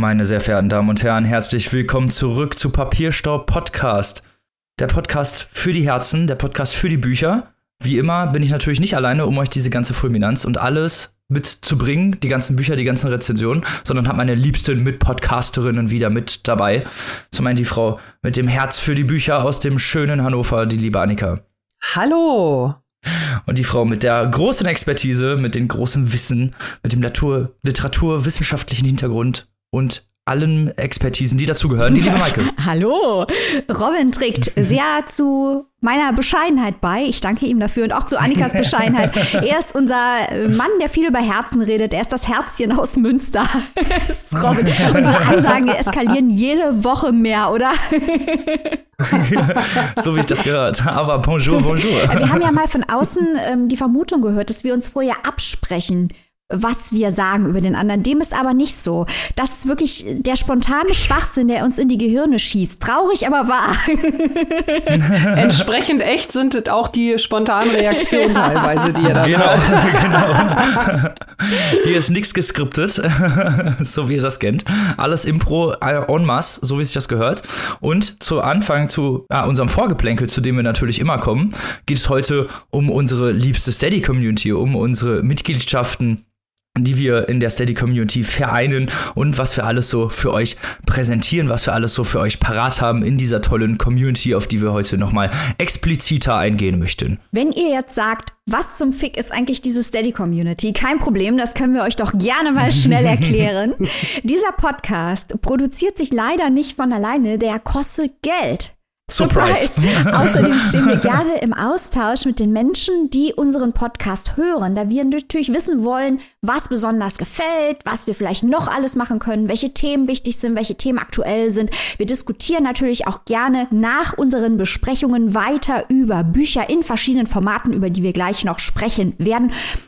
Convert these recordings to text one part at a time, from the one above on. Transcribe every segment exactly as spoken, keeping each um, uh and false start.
Meine sehr verehrten Damen und Herren, herzlich willkommen zurück zu Papierstaub Podcast. Der Podcast für die Herzen, der Podcast für die Bücher. Wie immer bin ich natürlich nicht alleine, um euch diese ganze Fulminanz und alles mitzubringen, die ganzen Bücher, die ganzen Rezensionen, sondern habe meine liebsten Mitpodcasterinnen wieder mit dabei. Zum einen die Frau mit dem Herz für die Bücher aus dem schönen Hannover, die liebe Annika. Hallo! Und die Frau mit der großen Expertise, mit dem großen Wissen, mit dem Natur-, literaturwissenschaftlichen Hintergrund und allen Expertisen, die dazugehören, die liebe Maike. Hallo! Robin trägt sehr zu meiner Bescheidenheit bei. Ich danke ihm dafür und auch zu Annikas Bescheidenheit. Er ist unser Mann, der viel über Herzen redet. Er ist das Herzchen aus Münster. Das ist Robin. Unsere Ansagen eskalieren jede Woche mehr, oder? So wie ich das gehört. Aber bonjour, bonjour. Wir haben ja mal von außen ähm, die Vermutung gehört, dass wir uns vorher absprechen, was wir sagen über den anderen. Dem ist aber nicht so. Das ist wirklich der spontane Schwachsinn, der uns in die Gehirne schießt. Traurig, aber wahr. Entsprechend echt sind auch die spontanen Reaktionen ja. teilweise, die ihr da Genau, hört. genau. Hier ist nichts geskriptet, so wie ihr das kennt. Alles Impro en masse, so wie sich das gehört. Und zu Anfang zu ah, unserem Vorgeplänkel, zu dem wir natürlich immer kommen, geht es heute um unsere liebste Steady-Community, um unsere Mitgliedschaften, die wir in der Steady-Community vereinen und was wir alles so für euch präsentieren, was wir alles so für euch parat haben in dieser tollen Community, auf die wir heute nochmal expliziter eingehen möchten. Wenn ihr jetzt sagt, was zum Fick ist eigentlich diese Steady-Community? Kein Problem, das können wir euch doch gerne mal schnell erklären. Dieser Podcast produziert sich leider nicht von alleine, der kostet Geld. Surprise! Surprise. Außerdem stehen wir gerne im Austausch mit den Menschen, die unseren Podcast hören, da wir natürlich wissen wollen, was besonders gefällt, was wir vielleicht noch alles machen können, welche Themen wichtig sind, welche Themen aktuell sind. Wir diskutieren natürlich auch gerne nach unseren Besprechungen weiter über Bücher in verschiedenen Formaten, über die wir gleich noch sprechen werden.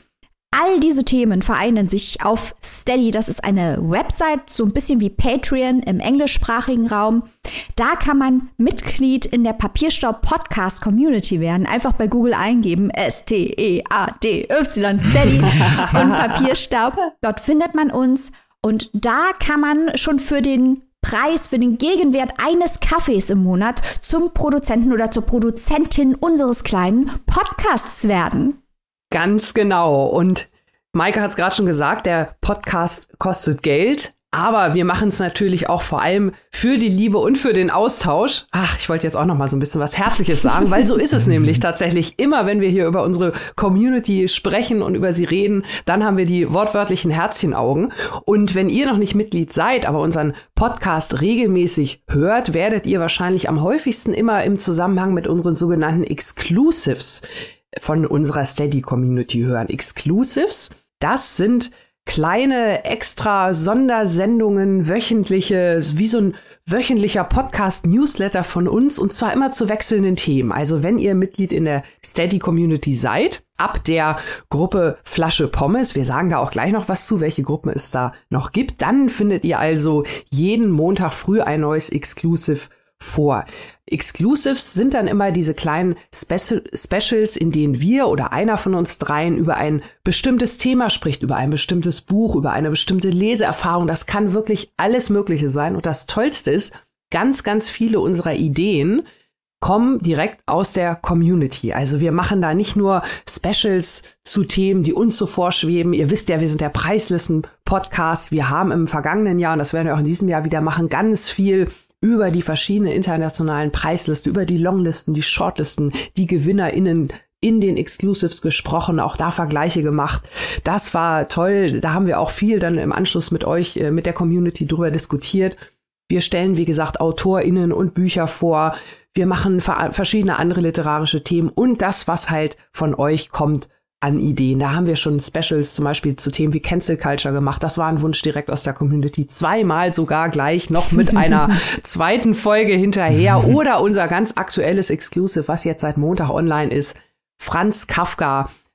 All diese Themen vereinen sich auf Steady. Das ist eine Website, so ein bisschen wie Patreon im englischsprachigen Raum. Da kann man Mitglied in der Papierstaub-Podcast-Community werden. Einfach bei Google eingeben, S T E A D Y, Steady und Papierstaub. Dort findet man uns und da kann man schon für den Preis, für den Gegenwert eines Kaffees im Monat zum Produzenten oder zur Produzentin unseres kleinen Podcasts werden. Ganz genau. Und Maike hat es gerade schon gesagt, der Podcast kostet Geld. Aber wir machen es natürlich auch vor allem für die Liebe und für den Austausch. Ach, ich wollte jetzt auch noch mal so ein bisschen was Herzliches sagen, weil so ist es nämlich tatsächlich. Immer wenn wir hier über unsere Community sprechen und über sie reden, dann haben wir die wortwörtlichen Herzchenaugen. Und wenn ihr noch nicht Mitglied seid, aber unseren Podcast regelmäßig hört, werdet ihr wahrscheinlich am häufigsten immer im Zusammenhang mit unseren sogenannten Exclusives von unserer Steady-Community hören. Exclusives, das sind kleine extra Sondersendungen, wöchentliche, wie so ein wöchentlicher Podcast-Newsletter von uns und zwar immer zu wechselnden Themen. Also wenn ihr Mitglied in der Steady-Community seid, ab der Gruppe Flasche Pommes, wir sagen da auch gleich noch was zu, welche Gruppen es da noch gibt, dann findet ihr also jeden Montag früh ein neues Exclusive vor. Exclusives sind dann immer diese kleinen Special- Specials, in denen wir oder einer von uns dreien über ein bestimmtes Thema spricht, über ein bestimmtes Buch, über eine bestimmte Leseerfahrung. Das kann wirklich alles Mögliche sein. Und das Tollste ist, ganz, ganz viele unserer Ideen kommen direkt aus der Community. Also wir machen da nicht nur Specials zu Themen, die uns so vorschweben. Ihr wisst ja, wir sind der Preislisten-Podcast. Wir haben im vergangenen Jahr, und das werden wir auch in diesem Jahr wieder machen, ganz viel über die verschiedenen internationalen Preislisten, über die Longlisten, die Shortlisten, die GewinnerInnen in den Exclusives gesprochen, auch da Vergleiche gemacht. Das war toll. Da haben wir auch viel dann im Anschluss mit euch, äh, mit der Community drüber diskutiert. Wir stellen, wie gesagt, AutorInnen und Bücher vor. Wir machen ver- verschiedene andere literarische Themen und das, was halt von euch kommt, an Ideen. Da haben wir schon Specials zum Beispiel zu Themen wie Cancel Culture gemacht. Das war ein Wunsch direkt aus der Community. Zweimal sogar gleich noch mit einer zweiten Folge hinterher. Oder unser ganz aktuelles Exclusive, was jetzt seit Montag online ist. Franz Kafka.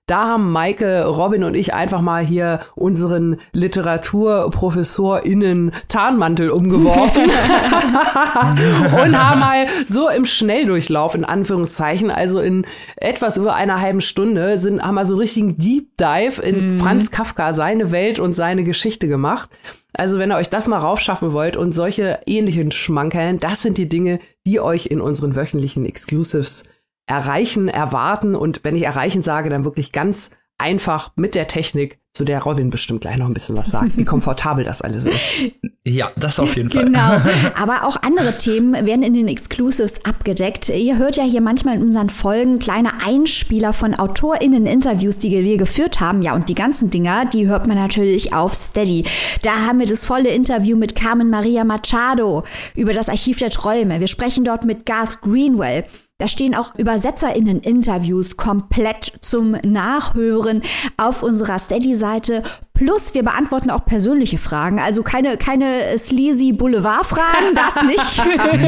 Da haben Maike, Robin und ich einfach mal hier unseren LiteraturprofessorInnen Tarnmantel umgeworfen und haben mal so im Schnelldurchlauf, in Anführungszeichen, also in etwas über einer halben Stunde, sind, haben wir so einen richtigen Deep Dive in mhm. Franz Kafka, seine Welt und seine Geschichte gemacht. Also wenn ihr euch das mal raufschaffen wollt und solche ähnlichen Schmankerln, das sind die Dinge, die euch in unseren wöchentlichen Exclusives erreichen, erwarten. Und wenn ich erreichen sage, dann wirklich ganz einfach mit der Technik, zu der Robin bestimmt gleich noch ein bisschen was sagt, wie komfortabel das alles ist. Ja, das auf jeden Fall. Genau. Aber auch andere Themen werden in den Exclusives abgedeckt. Ihr hört ja hier manchmal in unseren Folgen kleine Einspieler von AutorInnen-Interviews, die wir geführt haben. Ja, und die ganzen Dinger, die hört man natürlich auf Steady. Da haben wir das volle Interview mit Carmen Maria Machado über das Archiv der Träume. Wir sprechen dort mit Garth Greenwell. Da stehen auch ÜbersetzerInnen-Interviews komplett zum Nachhören auf unserer Steady-Seite. Plus, wir beantworten auch persönliche Fragen. Also keine, keine sleazy Boulevard-Fragen, das nicht.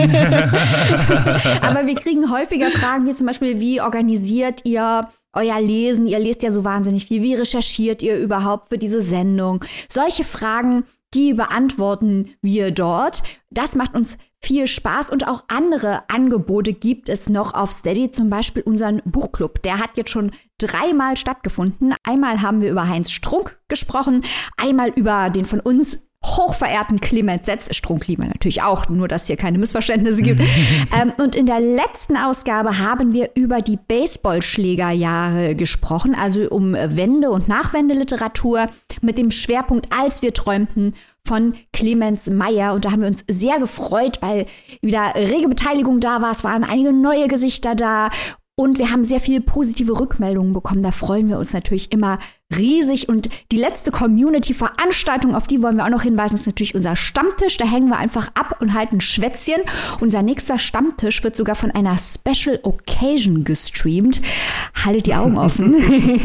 Aber wir kriegen häufiger Fragen, wie zum Beispiel, wie organisiert ihr euer Lesen? Ihr lest ja so wahnsinnig viel. Wie recherchiert ihr überhaupt für diese Sendung? Solche Fragen, die beantworten wir dort. Das macht uns viel Spaß und auch andere Angebote gibt es noch auf Steady, zum Beispiel unseren Buchclub. Der hat jetzt schon dreimal stattgefunden. Einmal haben wir über Heinz Strunk gesprochen, einmal über den von uns hochverehrten Clemens Setz. Strunk lieben wir natürlich auch, nur dass hier keine Missverständnisse gibt. ähm, und in der letzten Ausgabe haben wir über die Baseballschlägerjahre gesprochen, also um Wende- und Nachwendeliteratur mit dem Schwerpunkt Als wir träumten von Clemens Meyer. Und da haben wir uns sehr gefreut, weil wieder rege Beteiligung da war. Es waren einige neue Gesichter da. Und wir haben sehr viele positive Rückmeldungen bekommen. Da freuen wir uns natürlich immer riesig. Und die letzte Community-Veranstaltung, auf die wollen wir auch noch hinweisen, ist natürlich unser Stammtisch. Da hängen wir einfach ab und halten Schwätzchen. Unser nächster Stammtisch wird sogar von einer Special Occasion gestreamt. Haltet die Augen offen.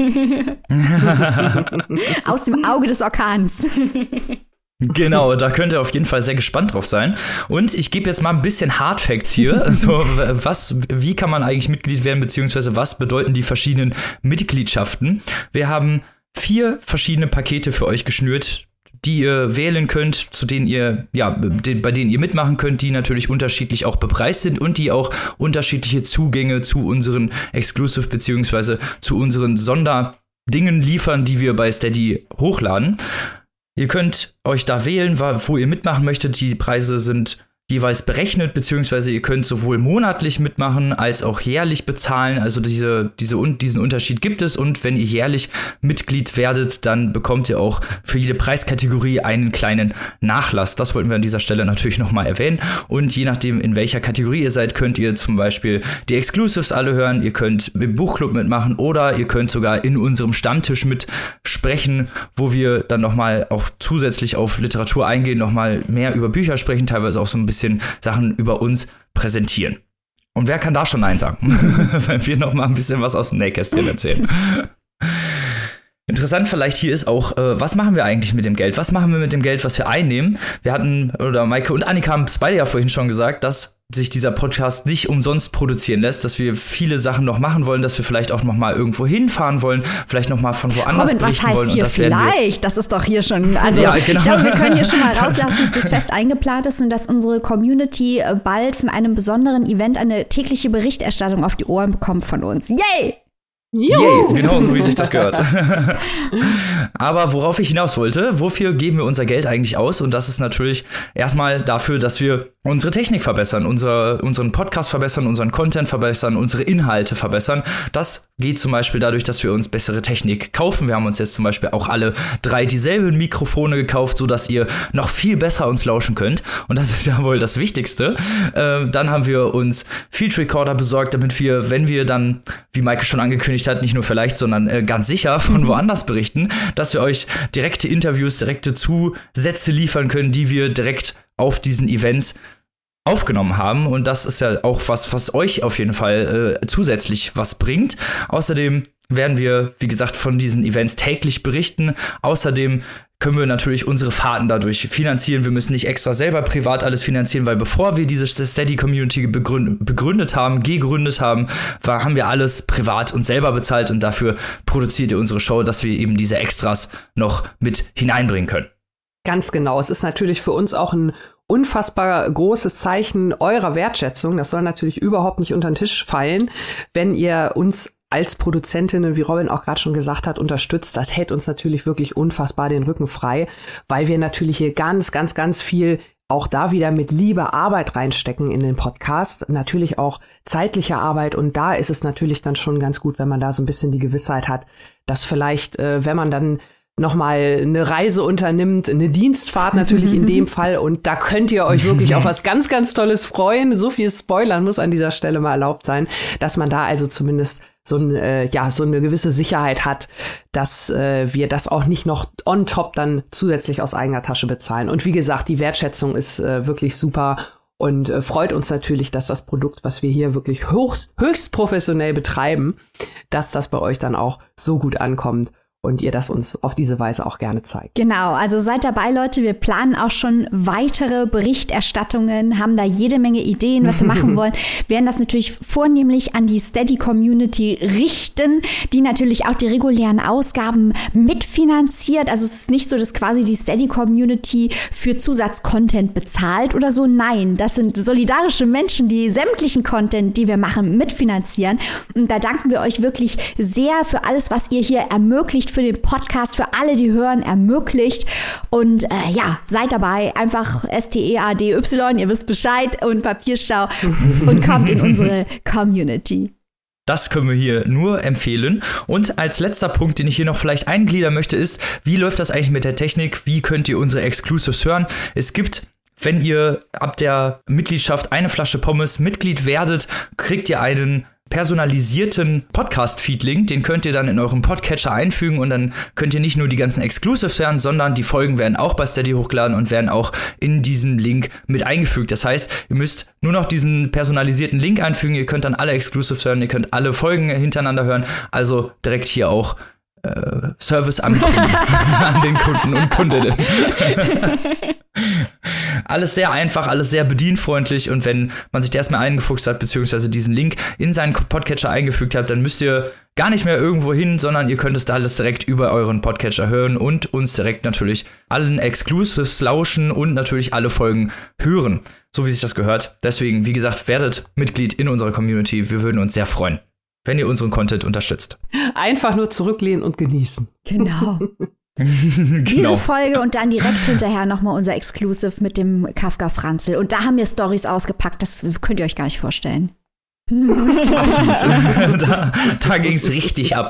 Aus dem Auge des Orkans. Genau, da könnt ihr auf jeden Fall sehr gespannt drauf sein. Und ich gebe jetzt mal ein bisschen Hardfacts hier. Also, was, wie kann man eigentlich Mitglied werden, beziehungsweise was bedeuten die verschiedenen Mitgliedschaften? Wir haben vier verschiedene Pakete für euch geschnürt, die ihr wählen könnt, zu denen ihr, ja, bei denen ihr mitmachen könnt, die natürlich unterschiedlich auch bepreist sind und die auch unterschiedliche Zugänge zu unseren Exclusive, beziehungsweise zu unseren Sonderdingen liefern, die wir bei Steady hochladen. Ihr könnt euch da wählen, wo ihr mitmachen möchtet. Die Preise sind jeweils berechnet, beziehungsweise ihr könnt sowohl monatlich mitmachen als auch jährlich bezahlen. Also diese, diese, diesen Unterschied gibt es. Und wenn ihr jährlich Mitglied werdet, dann bekommt ihr auch für jede Preiskategorie einen kleinen Nachlass. Das wollten wir an dieser Stelle natürlich nochmal erwähnen. Und je nachdem, in welcher Kategorie ihr seid, könnt ihr zum Beispiel die Exclusives alle hören. Ihr könnt im Buchclub mitmachen oder ihr könnt sogar in unserem Stammtisch mitsprechen, wo wir dann nochmal auch zusätzlich auf Literatur eingehen, nochmal mehr über Bücher sprechen, teilweise auch so ein bisschen Sachen über uns präsentieren. Und wer kann da schon Nein sagen? Wenn wir noch mal ein bisschen was aus dem Nähkästchen erzählen. Interessant vielleicht hier ist auch, äh, was machen wir eigentlich mit dem Geld? Was machen wir mit dem Geld, was wir einnehmen? Wir hatten, oder Maike und Annika haben es beide ja vorhin schon gesagt, dass sich dieser Podcast nicht umsonst produzieren lässt, dass wir viele Sachen noch machen wollen, dass wir vielleicht auch noch mal irgendwo hinfahren wollen, vielleicht noch mal von woanders Robin, berichten was heißt wollen. Hier und das vielleicht? Das ist doch hier schon, also ja, genau. Ich glaube, wir können hier schon mal rauslassen, dass das fest eingeplant ist und dass unsere Community bald von einem besonderen Event eine tägliche Berichterstattung auf die Ohren bekommt von uns. Yay! Yay, genau so, wie sich das gehört. Aber worauf ich hinaus wollte, wofür geben wir unser Geld eigentlich aus? Und das ist natürlich erstmal dafür, dass wir unsere Technik verbessern, unser, unseren Podcast verbessern, unseren Content verbessern, unsere Inhalte verbessern. Das geht zum Beispiel dadurch, dass wir uns bessere Technik kaufen. Wir haben uns jetzt zum Beispiel auch alle drei dieselben Mikrofone gekauft, sodass ihr noch viel besser uns lauschen könnt. Und das ist ja wohl das Wichtigste. Äh, dann haben wir uns Field Recorder besorgt, damit wir, wenn wir dann, wie Maike schon angekündigt hat, nicht nur vielleicht, sondern äh, ganz sicher von woanders berichten, dass wir euch direkte Interviews, direkte Zusätze liefern können, die wir direkt auf diesen Events aufgenommen haben. Und das ist ja auch was, was euch auf jeden Fall äh, zusätzlich was bringt. Außerdem werden wir, wie gesagt, von diesen Events täglich berichten. Außerdem können wir natürlich unsere Fahrten dadurch finanzieren. Wir müssen nicht extra selber privat alles finanzieren, weil bevor wir diese Steady-Community begründet, begründet haben, gegründet haben, war, haben wir alles privat und selber bezahlt und dafür produziert ihr unsere Show, dass wir eben diese Extras noch mit hineinbringen können. Ganz genau. Es ist natürlich für uns auch ein unfassbar großes Zeichen eurer Wertschätzung. Das soll natürlich überhaupt nicht unter den Tisch fallen, wenn ihr uns als Produzentinnen, wie Robin auch gerade schon gesagt hat, unterstützt. Das hält uns natürlich wirklich unfassbar den Rücken frei, weil wir natürlich hier ganz, ganz, ganz viel auch da wieder mit Liebe Arbeit reinstecken in den Podcast. Natürlich auch zeitliche Arbeit. Und da ist es natürlich dann schon ganz gut, wenn man da so ein bisschen die Gewissheit hat, dass vielleicht, äh, wenn man dann nochmal eine Reise unternimmt, eine Dienstfahrt natürlich in dem Fall. Und da könnt ihr euch wirklich auf was ganz, ganz Tolles freuen. So viel Spoilern muss an dieser Stelle mal erlaubt sein, dass man da also zumindest so, ein, äh, ja, so eine gewisse Sicherheit hat, dass äh, wir das auch nicht noch on top dann zusätzlich aus eigener Tasche bezahlen. Und wie gesagt, die Wertschätzung ist äh, wirklich super und äh, freut uns natürlich, dass das Produkt, was wir hier wirklich höchst, höchst professionell betreiben, dass das bei euch dann auch so gut ankommt. Und ihr das uns auf diese Weise auch gerne zeigt. Genau, also seid dabei, Leute. Wir planen auch schon weitere Berichterstattungen, haben da jede Menge Ideen, was wir machen wollen. Wir werden das natürlich vornehmlich an die Steady-Community richten, die natürlich auch die regulären Ausgaben mitfinanziert. Also es ist nicht so, dass quasi die Steady-Community für Zusatzcontent bezahlt oder so. Nein, das sind solidarische Menschen, die sämtlichen Content, die wir machen, mitfinanzieren. Und da danken wir euch wirklich sehr für alles, was ihr hier ermöglicht, für den Podcast, für alle, die hören, ermöglicht. Und äh, ja, seid dabei. Einfach S T E A D Y, ihr wisst Bescheid, und Papierstau und kommt in unsere Community. Das können wir hier nur empfehlen. Und als letzter Punkt, den ich hier noch vielleicht eingliedern möchte, ist, wie läuft das eigentlich mit der Technik? Wie könnt ihr unsere Exclusives hören? Es gibt, wenn ihr ab der Mitgliedschaft eine Flasche Pommes Mitglied werdet, kriegt ihr einen personalisierten Podcast-Feed-Link, den könnt ihr dann in eurem Podcatcher einfügen und dann könnt ihr nicht nur die ganzen Exclusives hören, sondern die Folgen werden auch bei Steady hochgeladen und werden auch in diesen Link mit eingefügt. Das heißt, ihr müsst nur noch diesen personalisierten Link einfügen, ihr könnt dann alle Exclusives hören, ihr könnt alle Folgen hintereinander hören, also direkt hier auch äh, Service an, an den Kunden und Kundinnen. Alles sehr einfach, alles sehr bedienfreundlich und wenn man sich erstmal eingefuchst hat, beziehungsweise diesen Link in seinen Podcatcher eingefügt hat, dann müsst ihr gar nicht mehr irgendwo hin, sondern ihr könnt es da alles direkt über euren Podcatcher hören und uns direkt natürlich allen Exclusives lauschen und natürlich alle Folgen hören, so wie sich das gehört. Deswegen, wie gesagt, werdet Mitglied in unserer Community. Wir würden uns sehr freuen, wenn ihr unseren Content unterstützt. Einfach nur zurücklehnen und genießen. Genau. Genau. Diese Folge und dann direkt hinterher nochmal unser Exclusive mit dem Kafka Franzl. Und da haben wir Storys ausgepackt, das könnt ihr euch gar nicht vorstellen. Absolut. Da, da ging es richtig ab.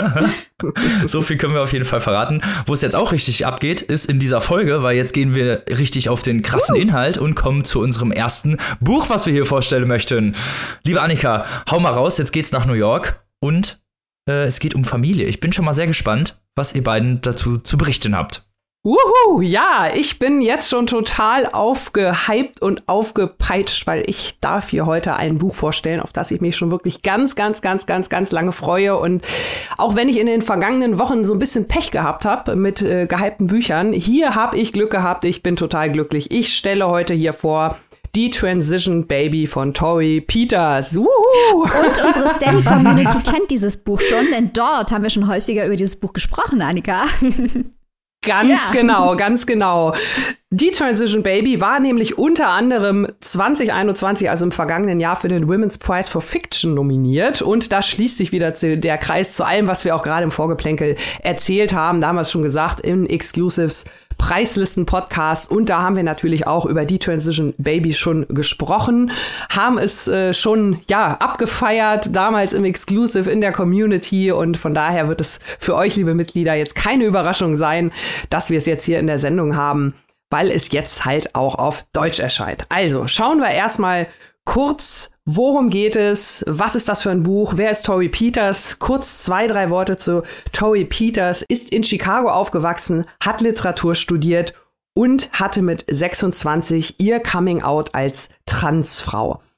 So viel können wir auf jeden Fall verraten. Wo es jetzt auch richtig abgeht, ist in dieser Folge, weil jetzt gehen wir richtig auf den krassen Inhalt und kommen zu unserem ersten Buch, was wir hier vorstellen möchten. Liebe Annika, hau mal raus, jetzt geht's nach New York und äh, es geht um Familie. Ich bin schon mal sehr gespannt, was ihr beiden dazu zu berichten habt. Wuhu, ja, ich bin jetzt schon total aufgehypt und aufgepeitscht, weil ich darf hier heute ein Buch vorstellen, auf das ich mich schon wirklich ganz, ganz, ganz, ganz, ganz lange freue. Und auch wenn ich in den vergangenen Wochen so ein bisschen Pech gehabt habe mit äh, gehypten Büchern, hier habe ich Glück gehabt, ich bin total glücklich. Ich stelle heute hier vor Die Transition Baby von Torrey Peters. Wuhu! Und unsere Steady-Community kennt dieses Buch schon, denn dort haben wir schon häufiger über dieses Buch gesprochen, Annika. Ganz ja. genau, ganz genau. Die Transition Baby war nämlich unter anderem zwanzig einundzwanzig, also im vergangenen Jahr, für den Women's Prize for Fiction nominiert. Und da schließt sich wieder der Kreis zu allem, was wir auch gerade im Vorgeplänkel erzählt haben. Damals schon gesagt, im Exclusives Preislisten-Podcast. Und da haben wir natürlich auch über die Transition Baby schon gesprochen, haben es äh, schon, ja, abgefeiert, damals im Exclusive in der Community. Und von daher wird es für euch, liebe Mitglieder, jetzt keine Überraschung sein, dass wir es jetzt hier in der Sendung haben, weil es jetzt halt auch auf Deutsch erscheint. Also, schauen wir erstmal kurz, worum geht es? Was ist das für ein Buch? Wer ist Torrey Peters? Kurz zwei, drei Worte zu Torrey Peters. Ist in Chicago aufgewachsen, hat Literatur studiert und hatte mit sechsundzwanzig ihr Coming Out als Transfrau.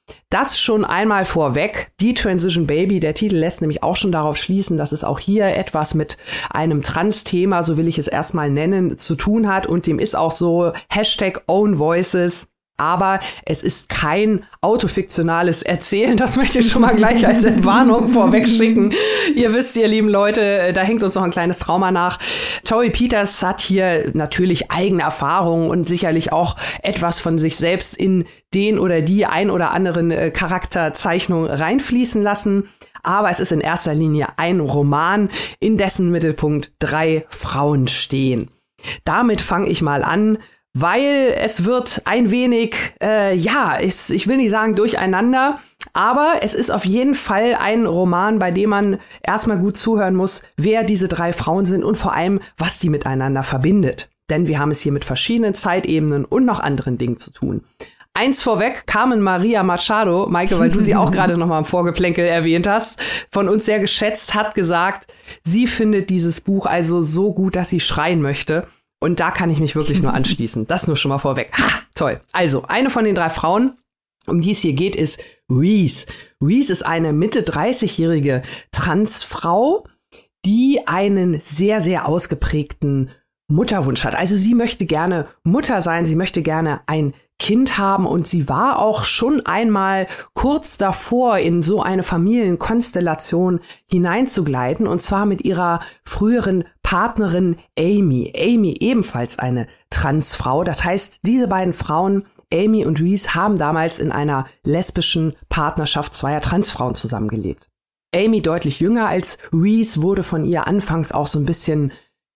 Das schon einmal vorweg. Die Transition Baby, der Titel lässt nämlich auch schon darauf schließen, dass es auch hier etwas mit einem Trans-Thema, so will ich es erstmal nennen, zu tun hat. Und dem ist auch so Hashtag Own Voices. Aber es ist kein autofiktionales Erzählen. Das möchte ich schon mal gleich als Entwarnung vorweg schicken. Ihr wisst, ihr lieben Leute, da hängt uns noch ein kleines Trauma nach. Torrey Peters hat hier natürlich eigene Erfahrungen und sicherlich auch etwas von sich selbst in den oder die ein oder anderen äh, Charakterzeichnungen reinfließen lassen. Aber es ist in erster Linie ein Roman, in dessen Mittelpunkt drei Frauen stehen. Damit fange ich mal an. Weil es wird ein wenig, äh, ja, ist, ich will nicht sagen durcheinander, aber es ist auf jeden Fall ein Roman, bei dem man erstmal gut zuhören muss, wer diese drei Frauen sind und vor allem, was die miteinander verbindet. Denn wir haben es hier mit verschiedenen Zeitebenen und noch anderen Dingen zu tun. Eins vorweg, Carmen Maria Machado, Maike, weil du sie auch gerade noch mal im Vorgeplänkel erwähnt hast, von uns sehr geschätzt, hat gesagt, sie findet dieses Buch also so gut, dass sie schreien möchte. Und da kann ich mich wirklich nur anschließen. Das nur schon mal vorweg. Ha, toll. Also, eine von den drei Frauen, um die es hier geht, ist Reese. Reese ist eine Mitte dreißigjährige Transfrau, die einen sehr, sehr ausgeprägten Mutterwunsch hat. Also sie möchte gerne Mutter sein, sie möchte gerne ein Kind haben und sie war auch schon einmal kurz davor, in so eine Familienkonstellation hineinzugleiten, und zwar mit ihrer früheren Partnerin Amy. Amy ebenfalls eine Transfrau. Das heißt, diese beiden Frauen, Amy und Reese, haben damals in einer lesbischen Partnerschaft zweier Transfrauen zusammengelebt. Amy, deutlich jünger als Reese, wurde von ihr anfangs auch so ein bisschen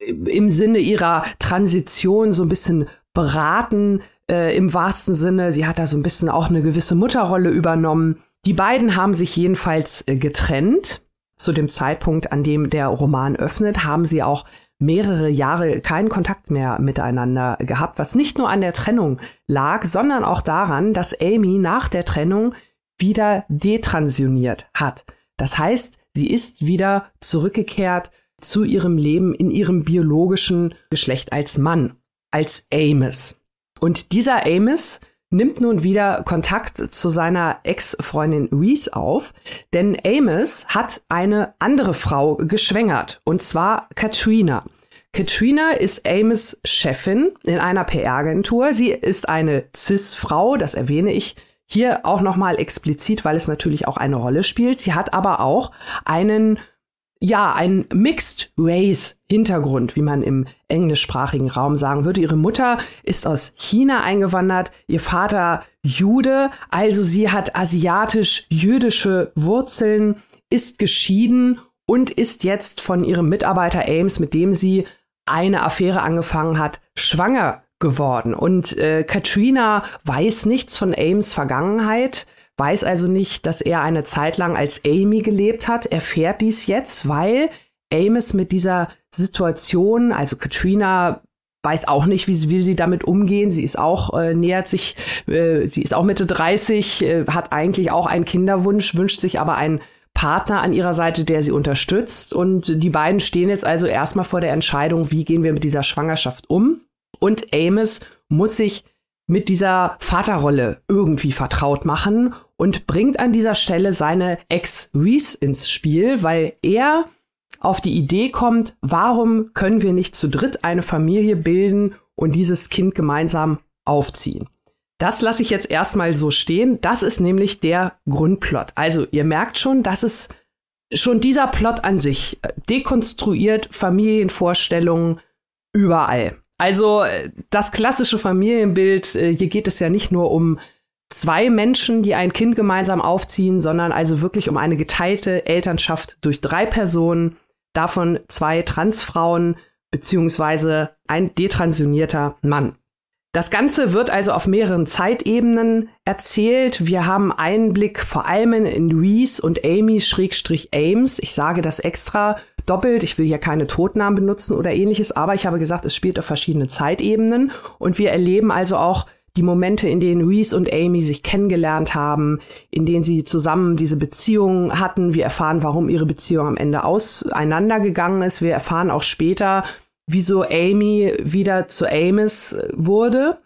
im Sinne ihrer Transition so ein bisschen beraten, äh, im wahrsten Sinne. Sie hat da so ein bisschen auch eine gewisse Mutterrolle übernommen. Die beiden haben sich jedenfalls äh, getrennt. Zu dem Zeitpunkt, an dem der Roman öffnet, haben sie auch mehrere Jahre keinen Kontakt mehr miteinander gehabt, was nicht nur an der Trennung lag, sondern auch daran, dass Amy nach der Trennung wieder detransioniert hat. Das heißt, sie ist wieder zurückgekehrt zu ihrem Leben in ihrem biologischen Geschlecht als Mann, als Amos. Und dieser Amos nimmt nun wieder Kontakt zu seiner Ex-Freundin Reese auf, denn Amos hat eine andere Frau geschwängert, und zwar Katrina. Katrina ist Amos' Chefin in einer P R-Agentur. Sie ist eine Cis-Frau, das erwähne ich hier auch nochmal explizit, weil es natürlich auch eine Rolle spielt. Sie hat aber auch einen Ja, ein Mixed-Race-Hintergrund, wie man im englischsprachigen Raum sagen würde. Ihre Mutter ist aus China eingewandert, ihr Vater Jude, also sie hat asiatisch-jüdische Wurzeln, ist geschieden und ist jetzt von ihrem Mitarbeiter Ames, mit dem sie eine Affäre angefangen hat, schwanger geworden. Und äh, Katrina weiß nichts von Ames Vergangenheit, weiß also nicht, dass er eine Zeit lang als Amy gelebt hat, erfährt dies jetzt, weil Amos mit dieser Situation, also Katrina weiß auch nicht, wie will sie damit umgehen. Sie ist auch, äh, nähert sich, äh, sie ist auch Mitte dreißig, äh, hat eigentlich auch einen Kinderwunsch, wünscht sich aber einen Partner an ihrer Seite, der sie unterstützt. Und die beiden stehen jetzt also erstmal vor der Entscheidung, wie gehen wir mit dieser Schwangerschaft um. Und Amos muss sich mit dieser Vaterrolle irgendwie vertraut machen und bringt an dieser Stelle seine Ex Reese ins Spiel, weil er auf die Idee kommt, warum können wir nicht zu dritt eine Familie bilden und dieses Kind gemeinsam aufziehen. Das lasse ich jetzt erstmal so stehen. Das ist nämlich der Grundplot. Also ihr merkt schon, dass es schon dieser Plot an sich dekonstruiert Familienvorstellungen überall. Also das klassische Familienbild, hier geht es ja nicht nur um zwei Menschen, die ein Kind gemeinsam aufziehen, sondern also wirklich um eine geteilte Elternschaft durch drei Personen, davon zwei Transfrauen beziehungsweise ein detransionierter Mann. Das Ganze wird also auf mehreren Zeitebenen erzählt. Wir haben Einblick vor allem in Reese und Amy Schrägstrich Ames. Ich sage das extra doppelt. Ich will hier keine Todnamen benutzen oder ähnliches, aber ich habe gesagt, es spielt auf verschiedenen Zeitebenen. Und wir erleben also auch die Momente, in denen Reese und Amy sich kennengelernt haben, in denen sie zusammen diese Beziehung hatten. Wir erfahren, warum ihre Beziehung am Ende auseinandergegangen ist. Wir erfahren auch später, wieso Amy wieder zu Amos wurde.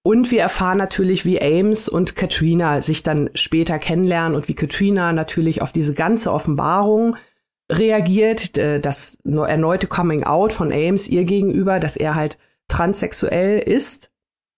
Und wir erfahren natürlich, wie Ames und Katrina sich dann später kennenlernen und wie Katrina natürlich auf diese ganze Offenbarung reagiert, das erneute Coming Out von Ames ihr gegenüber, dass er halt transsexuell ist.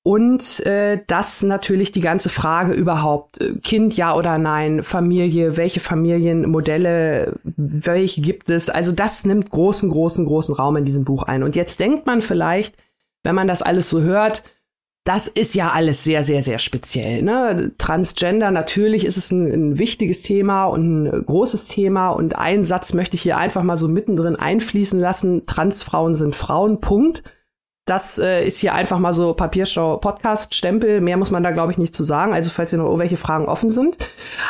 Und äh, dass natürlich die ganze Frage überhaupt, Kind ja oder nein, Familie, welche Familienmodelle, welche gibt es? Also das nimmt großen, großen, großen Raum in diesem Buch ein. Und jetzt denkt man vielleicht, wenn man das alles so hört, das ist ja alles sehr, sehr, sehr speziell. Ne? Transgender, natürlich ist es ein, ein wichtiges Thema und ein großes Thema. Und einen Satz möchte ich hier einfach mal so mittendrin einfließen lassen. Transfrauen sind Frauen, Punkt. Das äh, ist hier einfach mal so Papierstau-Podcast-Stempel. Mehr muss man da, glaube ich, nicht zu sagen. Also falls hier noch irgendwelche Fragen offen sind.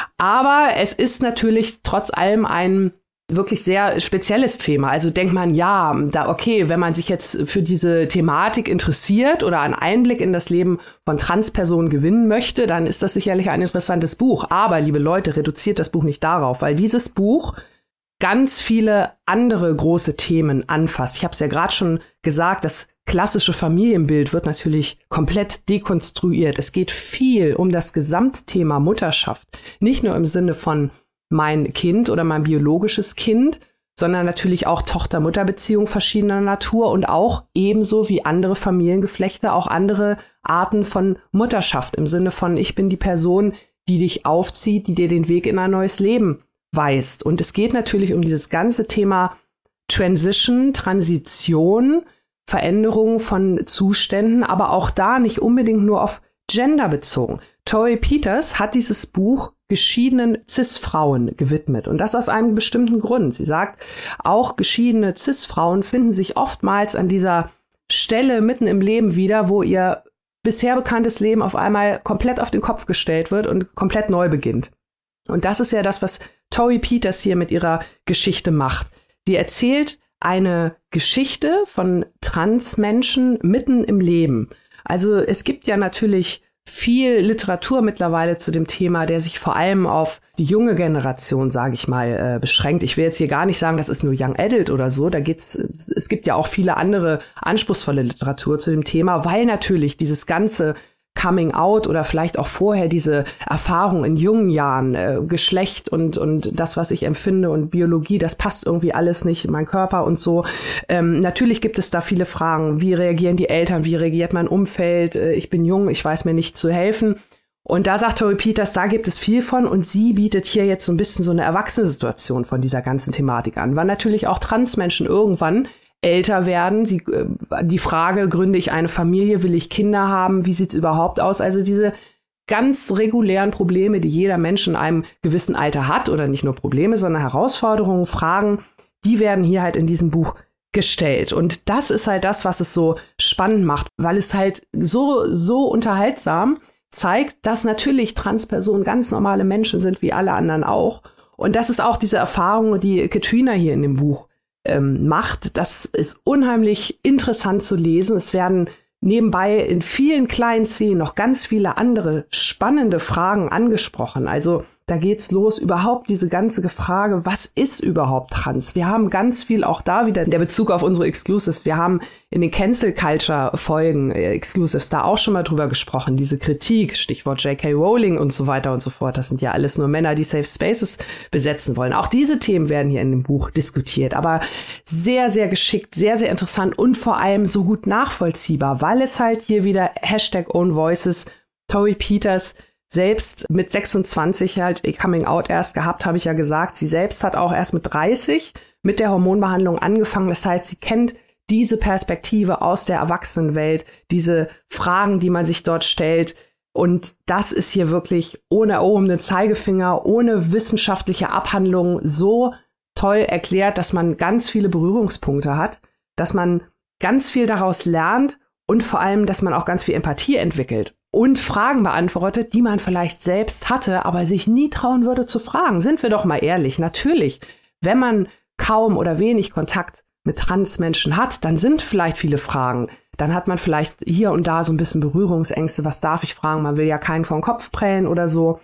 Aber es ist natürlich trotz allem ein wirklich sehr spezielles Thema. Also denkt man, ja, da okay, wenn man sich jetzt für diese Thematik interessiert oder einen Einblick in das Leben von Transpersonen gewinnen möchte, dann ist das sicherlich ein interessantes Buch. Aber, liebe Leute, reduziert das Buch nicht darauf, weil dieses Buch ganz viele andere große Themen anfasst. Ich habe es ja gerade schon gesagt, das klassische Familienbild wird natürlich komplett dekonstruiert. Es geht viel um das Gesamtthema Mutterschaft. Nicht nur im Sinne von mein Kind oder mein biologisches Kind, sondern natürlich auch Tochter-Mutter-Beziehungen verschiedener Natur und auch ebenso wie andere Familiengeflechte, auch andere Arten von Mutterschaft im Sinne von ich bin die Person, die dich aufzieht, die dir den Weg in ein neues Leben weist. Und es geht natürlich um dieses ganze Thema Transition, Transition, Veränderung von Zuständen, aber auch da nicht unbedingt nur auf Gender bezogen. Torrey Peters hat dieses Buch geschiedenen Cis-Frauen gewidmet. Und das aus einem bestimmten Grund. Sie sagt, auch geschiedene Cis-Frauen finden sich oftmals an dieser Stelle mitten im Leben wieder, wo ihr bisher bekanntes Leben auf einmal komplett auf den Kopf gestellt wird und komplett neu beginnt. Und das ist ja das, was Torrey Peters hier mit ihrer Geschichte macht. Sie erzählt eine Geschichte von Transmenschen mitten im Leben. Also es gibt ja natürlich viel Literatur mittlerweile zu dem Thema, der sich vor allem auf die junge Generation, sage ich mal, äh, beschränkt. Ich will jetzt hier gar nicht sagen, das ist nur Young Adult oder so. Da geht's, es gibt ja auch viele andere anspruchsvolle Literatur zu dem Thema, weil natürlich dieses ganze Coming Out oder vielleicht auch vorher diese Erfahrung in jungen Jahren, äh, Geschlecht und und das, was ich empfinde und Biologie, das passt irgendwie alles nicht, mein Körper und so. Ähm, natürlich gibt es da viele Fragen. Wie reagieren die Eltern? Wie reagiert mein Umfeld? Äh, ich bin jung, ich weiß mir nicht zu helfen. Und da sagt Torrey Peters, da gibt es viel von und sie bietet hier jetzt so ein bisschen so eine Erwachsene-Situation von dieser ganzen Thematik an, weil natürlich auch Transmenschen irgendwann älter werden. Sie, äh, die Frage, gründe ich eine Familie, will ich Kinder haben, wie sieht's überhaupt aus? Also diese ganz regulären Probleme, die jeder Mensch in einem gewissen Alter hat, oder nicht nur Probleme, sondern Herausforderungen, Fragen, die werden hier halt in diesem Buch gestellt. Und das ist halt das, was es so spannend macht, weil es halt so, so unterhaltsam zeigt, dass natürlich Transpersonen ganz normale Menschen sind, wie alle anderen auch. Und das ist auch diese Erfahrung, die Katrina hier in dem Buch ähm, macht. Das ist unheimlich interessant zu lesen. Es werden nebenbei in vielen kleinen Szenen noch ganz viele andere spannende Fragen angesprochen. Also da geht's los, überhaupt diese ganze Frage, was ist überhaupt trans? Wir haben ganz viel auch da wieder der Bezug auf unsere Exclusives. Wir haben in den Cancel Culture Folgen äh, Exclusives da auch schon mal drüber gesprochen. Diese Kritik, Stichwort J K Rowling und so weiter und so fort. Das sind ja alles nur Männer, die Safe Spaces besetzen wollen. Auch diese Themen werden hier in dem Buch diskutiert. Aber sehr, sehr geschickt, sehr, sehr interessant und vor allem so gut nachvollziehbar, weil es halt hier wieder Hashtag Own Voices, Torrey Peters, selbst mit sechsundzwanzig halt Coming Out erst gehabt, habe ich ja gesagt. Sie selbst hat auch erst mit dreißig mit der Hormonbehandlung angefangen. Das heißt, sie kennt diese Perspektive aus der Erwachsenenwelt, diese Fragen, die man sich dort stellt. Und das ist hier wirklich ohne erhobenen Zeigefinger, ohne wissenschaftliche Abhandlung so toll erklärt, dass man ganz viele Berührungspunkte hat, dass man ganz viel daraus lernt und vor allem, dass man auch ganz viel Empathie entwickelt. Und Fragen beantwortet, die man vielleicht selbst hatte, aber sich nie trauen würde zu fragen. Sind wir doch mal ehrlich. Natürlich, wenn man kaum oder wenig Kontakt mit Transmenschen hat, dann sind vielleicht viele Fragen. Dann hat man vielleicht hier und da so ein bisschen Berührungsängste. Was darf ich fragen? Man will ja keinen vor den Kopf prellen oder so.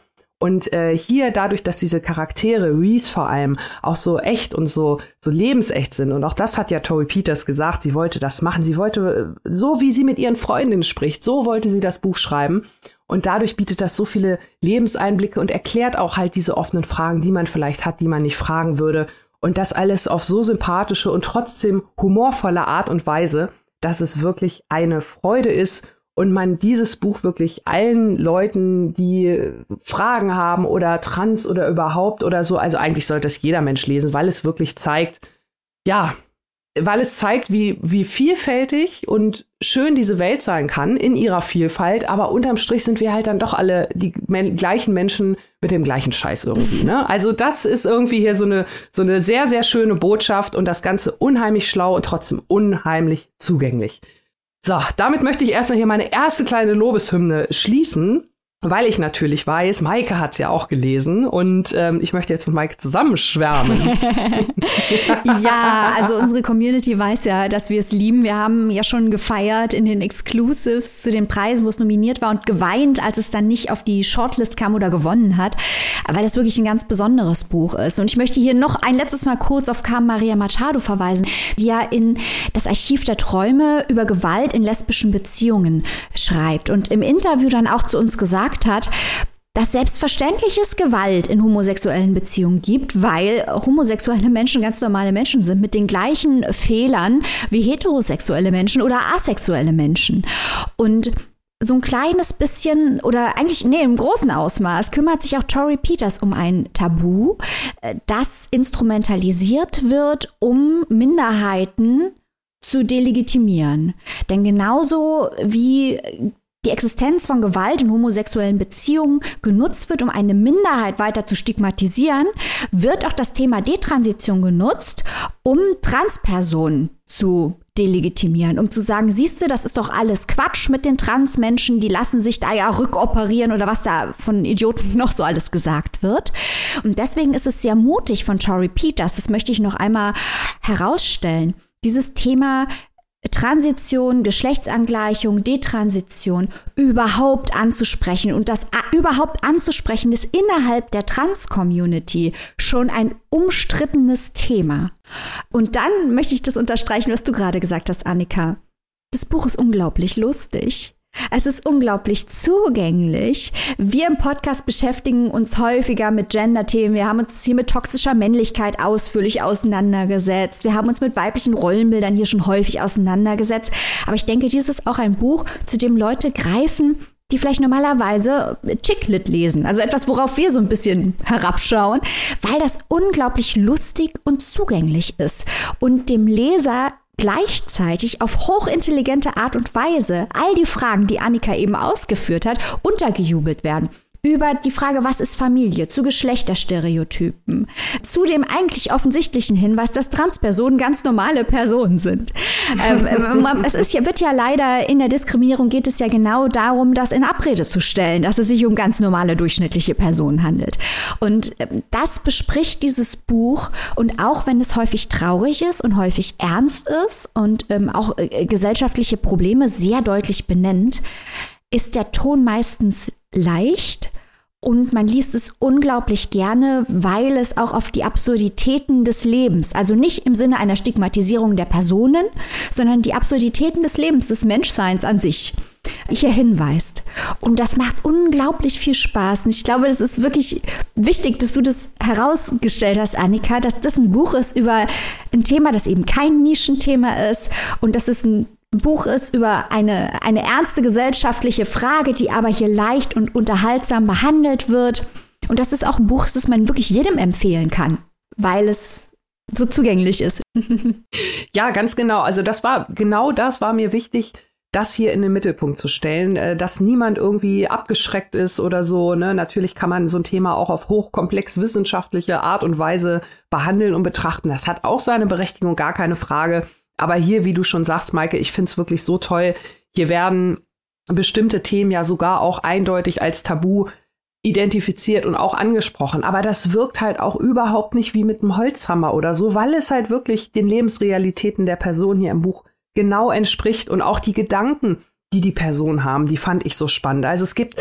Und äh, hier dadurch, dass diese Charaktere, Reese vor allem, auch so echt und so, so lebensecht sind. Und auch das hat ja Torrey Peters gesagt, sie wollte das machen. Sie wollte, so wie sie mit ihren Freundinnen spricht, so wollte sie das Buch schreiben. Und dadurch bietet das so viele Lebenseinblicke und erklärt auch halt diese offenen Fragen, die man vielleicht hat, die man nicht fragen würde. Und das alles auf so sympathische und trotzdem humorvolle Art und Weise, dass es wirklich eine Freude ist und man dieses Buch wirklich allen Leuten, die Fragen haben oder trans oder überhaupt oder so, also eigentlich sollte das jeder Mensch lesen, weil es wirklich zeigt, ja, weil es zeigt, wie, wie vielfältig und schön diese Welt sein kann in ihrer Vielfalt, aber unterm Strich sind wir halt dann doch alle die men- gleichen Menschen mit dem gleichen Scheiß irgendwie, ne? Also das ist irgendwie hier so eine, so eine sehr, sehr schöne Botschaft und das Ganze unheimlich schlau und trotzdem unheimlich zugänglich. So, damit möchte ich erstmal hier meine erste kleine Lobeshymne schließen, weil ich natürlich weiß, Maike hat's ja auch gelesen und ähm, ich möchte jetzt mit Maike zusammenschwärmen. Ja, also unsere Community weiß ja, dass wir es lieben. Wir haben ja schon gefeiert in den Exclusives zu den Preisen, wo es nominiert war und geweint, als es dann nicht auf die Shortlist kam oder gewonnen hat, weil das wirklich ein ganz besonderes Buch ist. Und ich möchte hier noch ein letztes Mal kurz auf Carmen Maria Machado verweisen, die ja in das Archiv der Träume über Gewalt in lesbischen Beziehungen schreibt und im Interview dann auch zu uns gesagt hat, dass selbstverständlich es Gewalt in homosexuellen Beziehungen gibt, weil homosexuelle Menschen ganz normale Menschen sind mit den gleichen Fehlern wie heterosexuelle Menschen oder asexuelle Menschen. Und so ein kleines bisschen oder eigentlich, nee, im großen Ausmaß kümmert sich auch Torrey Peters um ein Tabu, das instrumentalisiert wird, um Minderheiten zu delegitimieren. Denn genauso wie die Existenz von Gewalt in homosexuellen Beziehungen genutzt wird, um eine Minderheit weiter zu stigmatisieren, wird auch das Thema Detransition genutzt, um Transpersonen zu delegitimieren, um zu sagen, siehst du, das ist doch alles Quatsch mit den Transmenschen, die lassen sich da ja rückoperieren oder was da von Idioten noch so alles gesagt wird. Und deswegen ist es sehr mutig von Torrey Peters, das möchte ich noch einmal herausstellen, dieses Thema Transition, Geschlechtsangleichung, Detransition überhaupt anzusprechen und das überhaupt anzusprechen ist innerhalb der Trans-Community schon ein umstrittenes Thema. Und dann möchte ich das unterstreichen, was du gerade gesagt hast, Annika. Das Buch ist unglaublich lustig. Es ist unglaublich zugänglich. Wir im Podcast beschäftigen uns häufiger mit Gender-Themen. Wir haben uns hier mit toxischer Männlichkeit ausführlich auseinandergesetzt. Wir haben uns mit weiblichen Rollenbildern hier schon häufig auseinandergesetzt. Aber ich denke, dies ist auch ein Buch, zu dem Leute greifen, die vielleicht normalerweise Chick-Lit lesen. Also etwas, worauf wir so ein bisschen herabschauen, weil das unglaublich lustig und zugänglich ist und dem Leser gleichzeitig auf hochintelligente Art und Weise all die Fragen, die Annika eben ausgeführt hat, untergejubelt werden. Über die Frage, was ist Familie, zu Geschlechterstereotypen, zu dem eigentlich offensichtlichen Hinweis, dass Transpersonen ganz normale Personen sind. ähm, es ist ja, wird ja leider in der Diskriminierung geht es ja genau darum, das in Abrede zu stellen, dass es sich um ganz normale durchschnittliche Personen handelt. Und ähm, das bespricht dieses Buch und auch wenn es häufig traurig ist und häufig ernst ist und ähm, auch äh, gesellschaftliche Probleme sehr deutlich benennt, ist der Ton meistens leicht und man liest es unglaublich gerne, weil es auch auf die Absurditäten des Lebens, also nicht im Sinne einer Stigmatisierung der Personen, sondern die Absurditäten des Lebens, des Menschseins an sich hier hinweist. Und das macht unglaublich viel Spaß. Und ich glaube, das ist wirklich wichtig, dass du das herausgestellt hast, Annika, dass das ein Buch ist über ein Thema, das eben kein Nischenthema ist und das ist ein Buch ist über eine, eine ernste gesellschaftliche Frage, die aber hier leicht und unterhaltsam behandelt wird. Und das ist auch ein Buch, das man wirklich jedem empfehlen kann, weil es so zugänglich ist. Ja, ganz genau. Also das war, genau das war mir wichtig, das hier in den Mittelpunkt zu stellen, dass niemand irgendwie abgeschreckt ist oder so. Ne? Natürlich kann man so ein Thema auch auf hochkomplex wissenschaftliche Art und Weise behandeln und betrachten. Das hat auch seine Berechtigung, gar keine Frage. Aber hier, wie du schon sagst, Maike, ich finde es wirklich so toll. Hier werden bestimmte Themen ja sogar auch eindeutig als Tabu identifiziert und auch angesprochen. Aber das wirkt halt auch überhaupt nicht wie mit einem Holzhammer oder so, weil es halt wirklich den Lebensrealitäten der Person hier im Buch genau entspricht. Und auch die Gedanken, die die Personen haben, die fand ich so spannend. Also es gibt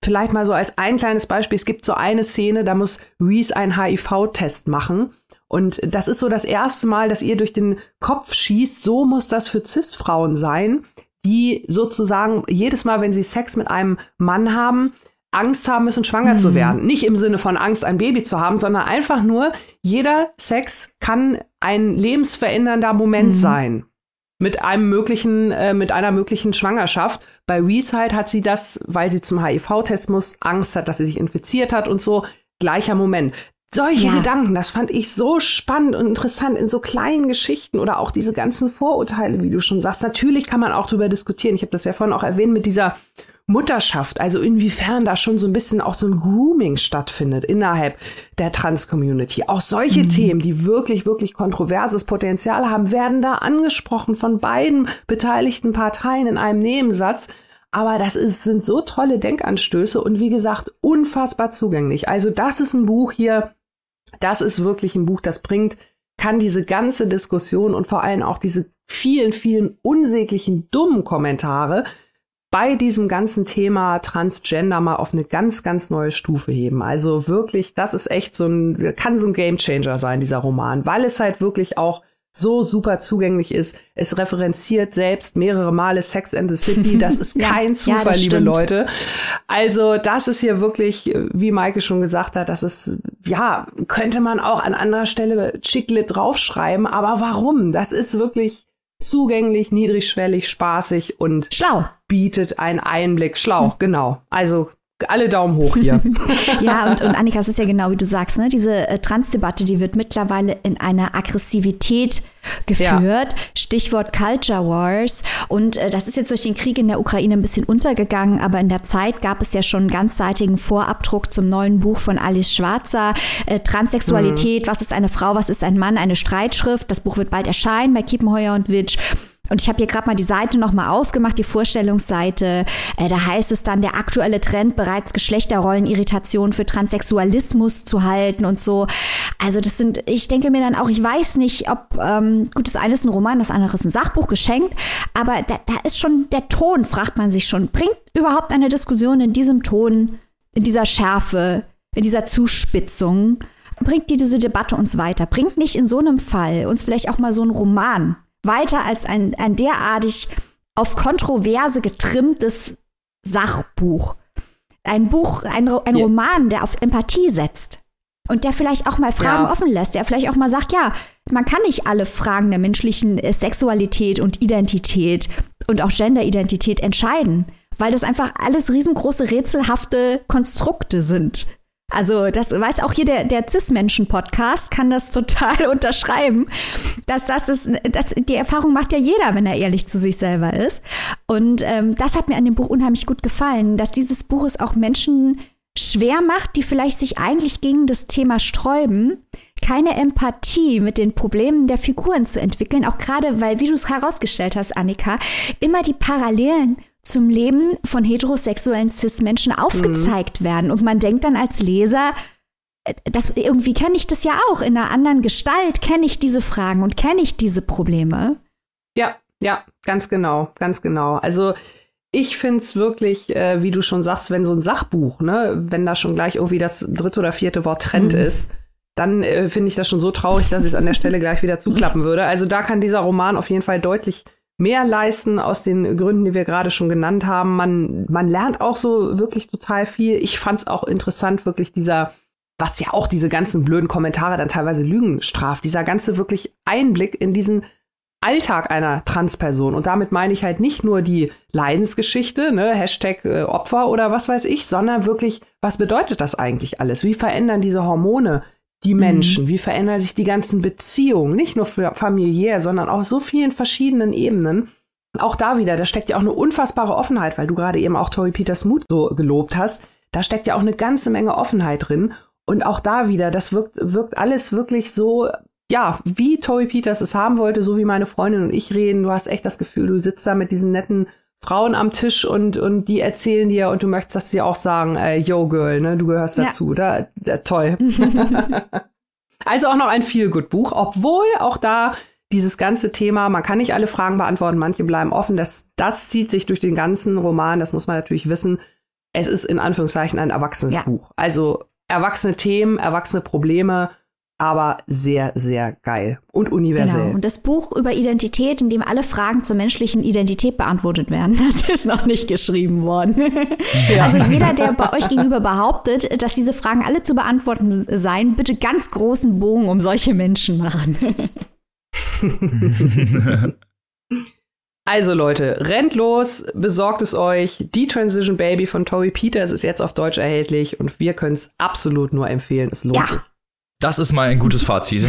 vielleicht mal so als ein kleines Beispiel, es gibt so eine Szene, da muss Reese einen H I V-Test machen. Und das ist so das erste Mal, dass ihr durch den Kopf schießt, so muss das für Cis-Frauen sein, die sozusagen jedes Mal, wenn sie Sex mit einem Mann haben, Angst haben müssen, schwanger mhm. zu werden. Nicht im Sinne von Angst, ein Baby zu haben, sondern einfach nur, jeder Sex kann ein lebensverändernder Moment mhm. sein. Mit einem möglichen, äh, mit einer möglichen Schwangerschaft. Bei Reese halt hat sie das, weil sie zum H I V-Test muss, Angst hat, dass sie sich infiziert hat und so. Gleicher Moment. Solche ja. Gedanken, das fand ich so spannend und interessant in so kleinen Geschichten oder auch diese ganzen Vorurteile, wie du schon sagst. Natürlich kann man auch drüber diskutieren. Ich habe das ja vorhin auch erwähnt mit dieser Mutterschaft, also inwiefern da schon so ein bisschen auch so ein Grooming stattfindet innerhalb der Trans-Community. Auch solche mhm. Themen, die wirklich, wirklich kontroverses Potenzial haben, werden da angesprochen von beiden beteiligten Parteien in einem Nebensatz. Aber das ist, sind so tolle Denkanstöße und wie gesagt, unfassbar zugänglich. Also das ist ein Buch hier, das ist wirklich ein Buch, das bringt, kann diese ganze Diskussion und vor allem auch diese vielen, vielen unsäglichen, dummen Kommentare bei diesem ganzen Thema Transgender mal auf eine ganz, ganz neue Stufe heben. Also wirklich, das ist echt so ein, kann so ein Gamechanger sein, dieser Roman, weil es halt wirklich auch so super zugänglich ist. Es referenziert selbst mehrere Male Sex and the City. Das ist kein ja, Zufall, ja, liebe Leute. Also das ist hier wirklich, wie Maike schon gesagt hat, das ist, ja, könnte man auch an anderer Stelle Chick-Lit draufschreiben. Aber warum? Das ist wirklich zugänglich, niedrigschwellig, spaßig und schlau. Bietet einen Einblick. Schlau, hm. genau. Also alle Daumen hoch hier. Ja, und, und Annika, es ist ja genau wie du sagst, ne? Diese äh, Trans-Debatte, die wird mittlerweile in einer Aggressivität geführt. Ja. Stichwort Culture Wars. Und äh, das ist jetzt durch den Krieg in der Ukraine ein bisschen untergegangen, aber in der Zeit gab es ja schon einen ganzseitigen Vorabdruck zum neuen Buch von Alice Schwarzer, äh, Transsexualität, mhm. was ist eine Frau, was ist ein Mann, eine Streitschrift. Das Buch wird bald erscheinen bei Kiepenheuer und Witsch. Und ich habe hier gerade mal die Seite nochmal aufgemacht, die Vorstellungsseite. Äh, da heißt es dann, der aktuelle Trend, bereits Geschlechterrollenirritation für Transsexualismus zu halten und so. Also das sind, ich denke mir dann auch, ich weiß nicht, ob, ähm, gut, das eine ist ein Roman, das andere ist ein Sachbuch geschenkt, aber da, da ist schon der Ton, fragt man sich schon, bringt überhaupt eine Diskussion in diesem Ton, in dieser Schärfe, in dieser Zuspitzung, bringt die diese Debatte uns weiter? Bringt nicht in so einem Fall uns vielleicht auch mal so ein Roman weiter als ein, ein derartig auf Kontroverse getrimmtes Sachbuch. Ein Buch, ein, ein ja. Roman, der auf Empathie setzt und der vielleicht auch mal Fragen ja. offen lässt, der vielleicht auch mal sagt, ja, man kann nicht alle Fragen der menschlichen Sexualität und Identität und auch Genderidentität entscheiden, weil das einfach alles riesengroße, rätselhafte Konstrukte sind. Also das weiß auch hier der, der Cis-Menschen-Podcast, kann das total unterschreiben, dass das ist, dass die Erfahrung macht ja jeder, wenn er ehrlich zu sich selber ist. Und ähm, das hat mir an dem Buch unheimlich gut gefallen, dass dieses Buch es auch Menschen schwer macht, die vielleicht sich eigentlich gegen das Thema sträuben, keine Empathie mit den Problemen der Figuren zu entwickeln, auch gerade, weil, wie du es herausgestellt hast, Annika, immer die Parallelen zum Leben von heterosexuellen Cis-Menschen aufgezeigt mhm. werden. Und man denkt dann als Leser, das, irgendwie kenne ich das ja auch, in einer anderen Gestalt kenne ich diese Fragen und kenne ich diese Probleme. Ja, ja, ganz genau, ganz genau. Also ich finde es wirklich, äh, wie du schon sagst, wenn so ein Sachbuch, ne, wenn da schon gleich irgendwie das dritte oder vierte Wort Trend mhm. ist, dann äh, finde ich das schon so traurig, dass ich es an der Stelle gleich wieder zuklappen würde. Also da kann dieser Roman auf jeden Fall deutlich mehr leisten, aus den Gründen, die wir gerade schon genannt haben. Man, man lernt auch so wirklich total viel. Ich fand es auch interessant, wirklich dieser, was ja auch diese ganzen blöden Kommentare dann teilweise Lügen straft, dieser ganze wirklich Einblick in diesen Alltag einer Transperson. Und damit meine ich halt nicht nur die Leidensgeschichte, ne, Hashtag äh, Opfer oder was weiß ich, sondern wirklich, was bedeutet das eigentlich alles? Wie verändern diese Hormone die Menschen? Mhm. Wie verändern sich die ganzen Beziehungen? Nicht nur für familiär, sondern auf so vielen verschiedenen Ebenen. Auch da wieder, da steckt ja auch eine unfassbare Offenheit, weil du gerade eben auch Torrey Peters Mut so gelobt hast. Da steckt ja auch eine ganze Menge Offenheit drin. Und auch da wieder, das wirkt, wirkt alles wirklich so, ja, wie Torrey Peters es haben wollte, so wie meine Freundin und ich reden. Du hast echt das Gefühl, du sitzt da mit diesen netten Frauen am Tisch und, und die erzählen dir und du möchtest, dass sie auch sagen, äh, yo Girl, ne, du gehörst dazu. Ja. Da, da, toll. Also auch noch ein Feel-Good-Buch, obwohl auch da dieses ganze Thema, man kann nicht alle Fragen beantworten, manche bleiben offen. Das, das zieht sich durch den ganzen Roman, das muss man natürlich wissen. es ist in Anführungszeichen ein erwachsenes Ja. Buch. Also erwachsene Themen, erwachsene Probleme, aber sehr, sehr geil und universell. Genau. Und das Buch über Identität, in dem alle Fragen zur menschlichen Identität beantwortet werden, das ist noch nicht geschrieben worden. Ja. Also jeder, der bei euch gegenüber behauptet, dass diese Fragen alle zu beantworten seien, bitte ganz großen Bogen um solche Menschen machen. Also Leute, rennt los, besorgt es euch. Die Transition Baby von Torrey Peters ist jetzt auf Deutsch erhältlich und wir können es absolut nur empfehlen. Es lohnt Ja. sich. Das ist mal ein gutes Fazit.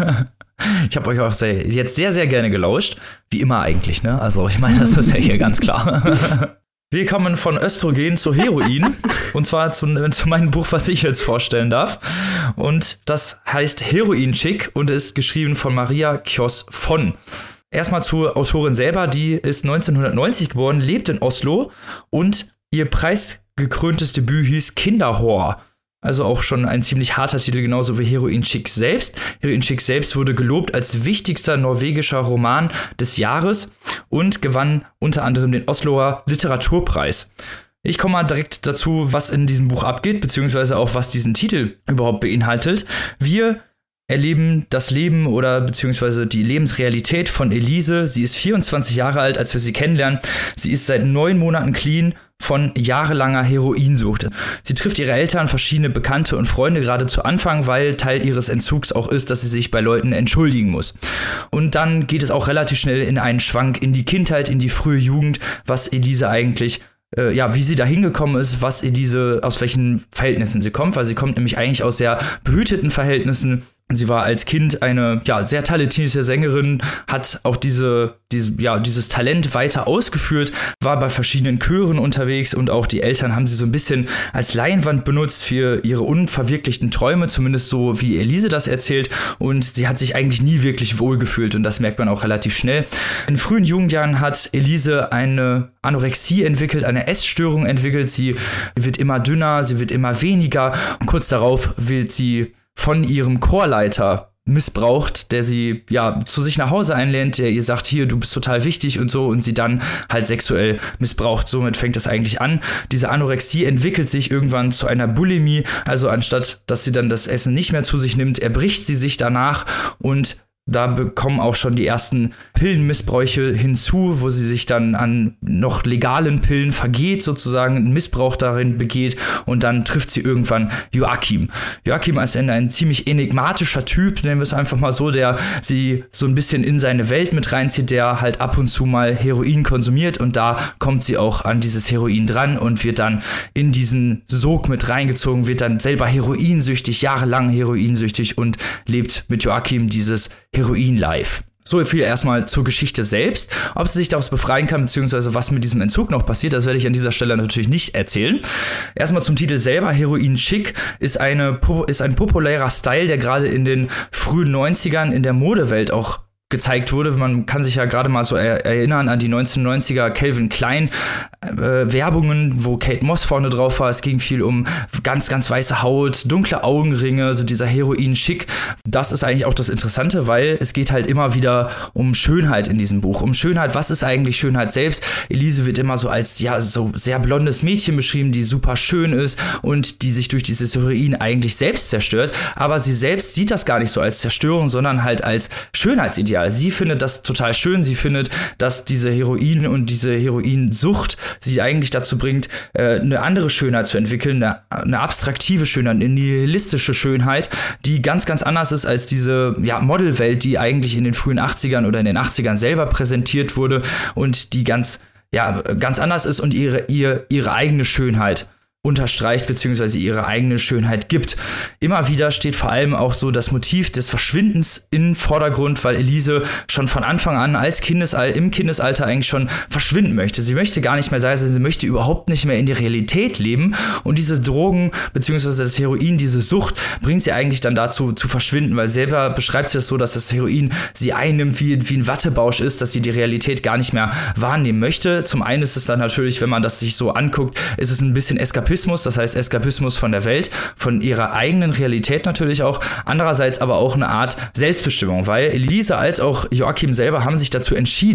Ich habe euch auch sehr, jetzt sehr, sehr gerne gelauscht. Wie immer eigentlich, ne? Also ich meine, das ist ja hier ganz klar. Wir kommen von Östrogen zu Heroin. Und zwar zu, zu meinem Buch, was ich jetzt vorstellen darf. Und das heißt Heroin Chick und ist geschrieben von Maria Kjos von. Erstmal zur Autorin selber. Die ist neunzehnhundertneunzig geboren, lebt in Oslo und ihr preisgekröntes Debüt hieß Kinderhor. Also auch schon ein ziemlich harter Titel, genauso wie Heroin Chick selbst. Heroin Chick selbst wurde gelobt als wichtigster norwegischer Roman des Jahres und gewann unter anderem den Osloer Literaturpreis. Ich komme mal direkt dazu, was in diesem Buch abgeht, beziehungsweise auch was diesen Titel überhaupt beinhaltet. Wir erleben das Leben oder beziehungsweise die Lebensrealität von Elise. Sie ist vierundzwanzig Jahre alt, als wir sie kennenlernen. Sie ist seit neun Monaten clean von jahrelanger Heroinsucht. Sie trifft ihre Eltern, verschiedene Bekannte und Freunde gerade zu Anfang, weil Teil ihres Entzugs auch ist, dass sie sich bei Leuten entschuldigen muss. Und dann geht es auch relativ schnell in einen Schwank in die Kindheit, in die frühe Jugend, was Elise eigentlich Äh, ja, wie sie da hingekommen ist, was Elise, aus welchen Verhältnissen sie kommt, weil sie kommt nämlich eigentlich aus sehr behüteten Verhältnissen. Sie war als Kind eine ja, sehr talentierte Sängerin, hat auch diese, diese, ja, dieses Talent weiter ausgeführt, war bei verschiedenen Chören unterwegs und auch die Eltern haben sie so ein bisschen als Leinwand benutzt für ihre unverwirklichten Träume, zumindest so wie Elise das erzählt, und sie hat sich eigentlich nie wirklich wohlgefühlt und das merkt man auch relativ schnell. In frühen Jugendjahren hat Elise eine Anorexie entwickelt, eine Essstörung entwickelt, sie wird immer dünner, sie wird immer weniger und kurz darauf wird sie von ihrem Chorleiter missbraucht, der sie ja zu sich nach Hause einlädt, der ihr sagt, hier, du bist total wichtig und so, und sie dann halt sexuell missbraucht. Somit fängt das eigentlich an. Diese Anorexie entwickelt sich irgendwann zu einer Bulimie, also anstatt, dass sie dann das Essen nicht mehr zu sich nimmt, erbricht sie sich danach und da bekommen auch schon die ersten Pillenmissbräuche hinzu, wo sie sich dann an noch legalen Pillen vergeht, sozusagen einen Missbrauch darin begeht, und dann trifft sie irgendwann Joachim. Joachim ist ein ziemlich enigmatischer Typ, nennen wir es einfach mal so, der sie so ein bisschen in seine Welt mit reinzieht, der halt ab und zu mal Heroin konsumiert, und da kommt sie auch an dieses Heroin dran und wird dann in diesen Sog mit reingezogen, wird dann selber heroinsüchtig, jahrelang heroinsüchtig und lebt mit Joachim dieses Heroin-Life. So viel erstmal zur Geschichte selbst. Ob sie sich daraus befreien kann, beziehungsweise was mit diesem Entzug noch passiert, das werde ich an dieser Stelle natürlich nicht erzählen. Erstmal zum Titel selber. Heroin Chic ist, eine, ist ein populärer Style, der gerade in den frühen neunzigern in der Modewelt auch gezeigt wurde. Man kann sich ja gerade mal so er- erinnern an die neunzehnhundertneunziger Calvin Klein äh, Werbungen, wo Kate Moss vorne drauf war. Es ging viel um ganz, ganz weiße Haut, dunkle Augenringe, so dieser Heroin-Schick. Das ist eigentlich auch das Interessante, weil es geht halt immer wieder um Schönheit in diesem Buch. Um Schönheit, was ist eigentlich Schönheit selbst? Elise wird immer so als, ja, so sehr blondes Mädchen beschrieben, die super schön ist und die sich durch dieses Heroin eigentlich selbst zerstört. Aber sie selbst sieht das gar nicht so als Zerstörung, sondern halt als Schönheitsideal. Sie findet das total schön. Sie findet, dass diese Heroin und diese Heroinsucht sie eigentlich dazu bringt, äh, eine andere Schönheit zu entwickeln, eine, eine abstraktive Schönheit, eine nihilistische Schönheit, die ganz, ganz anders ist als diese ja, Modelwelt, die eigentlich in den frühen achtzigern oder in den achtzigern selber präsentiert wurde und die ganz, ja, ganz anders ist und ihre, ihr, ihre eigene Schönheit unterstreicht, beziehungsweise ihre eigene Schönheit gibt. Immer wieder steht vor allem auch so das Motiv des Verschwindens im Vordergrund, weil Elise schon von Anfang an als Kindesal- im Kindesalter eigentlich schon verschwinden möchte. Sie möchte gar nicht mehr sein, sie möchte überhaupt nicht mehr in der Realität leben, und diese Drogen, beziehungsweise das Heroin, diese Sucht, bringt sie eigentlich dann dazu zu verschwinden, weil selber beschreibt sie das so, dass das Heroin sie einnimmt, wie, wie ein Wattebausch ist, dass sie die Realität gar nicht mehr wahrnehmen möchte. Zum einen ist es dann natürlich, wenn man das sich so anguckt, ist es ein bisschen Eskapismus, das heißt Eskapismus von der Welt, von ihrer eigenen Realität natürlich auch, andererseits aber auch eine Art Selbstbestimmung, weil Elise als auch Joachim selber haben sich dazu entschieden,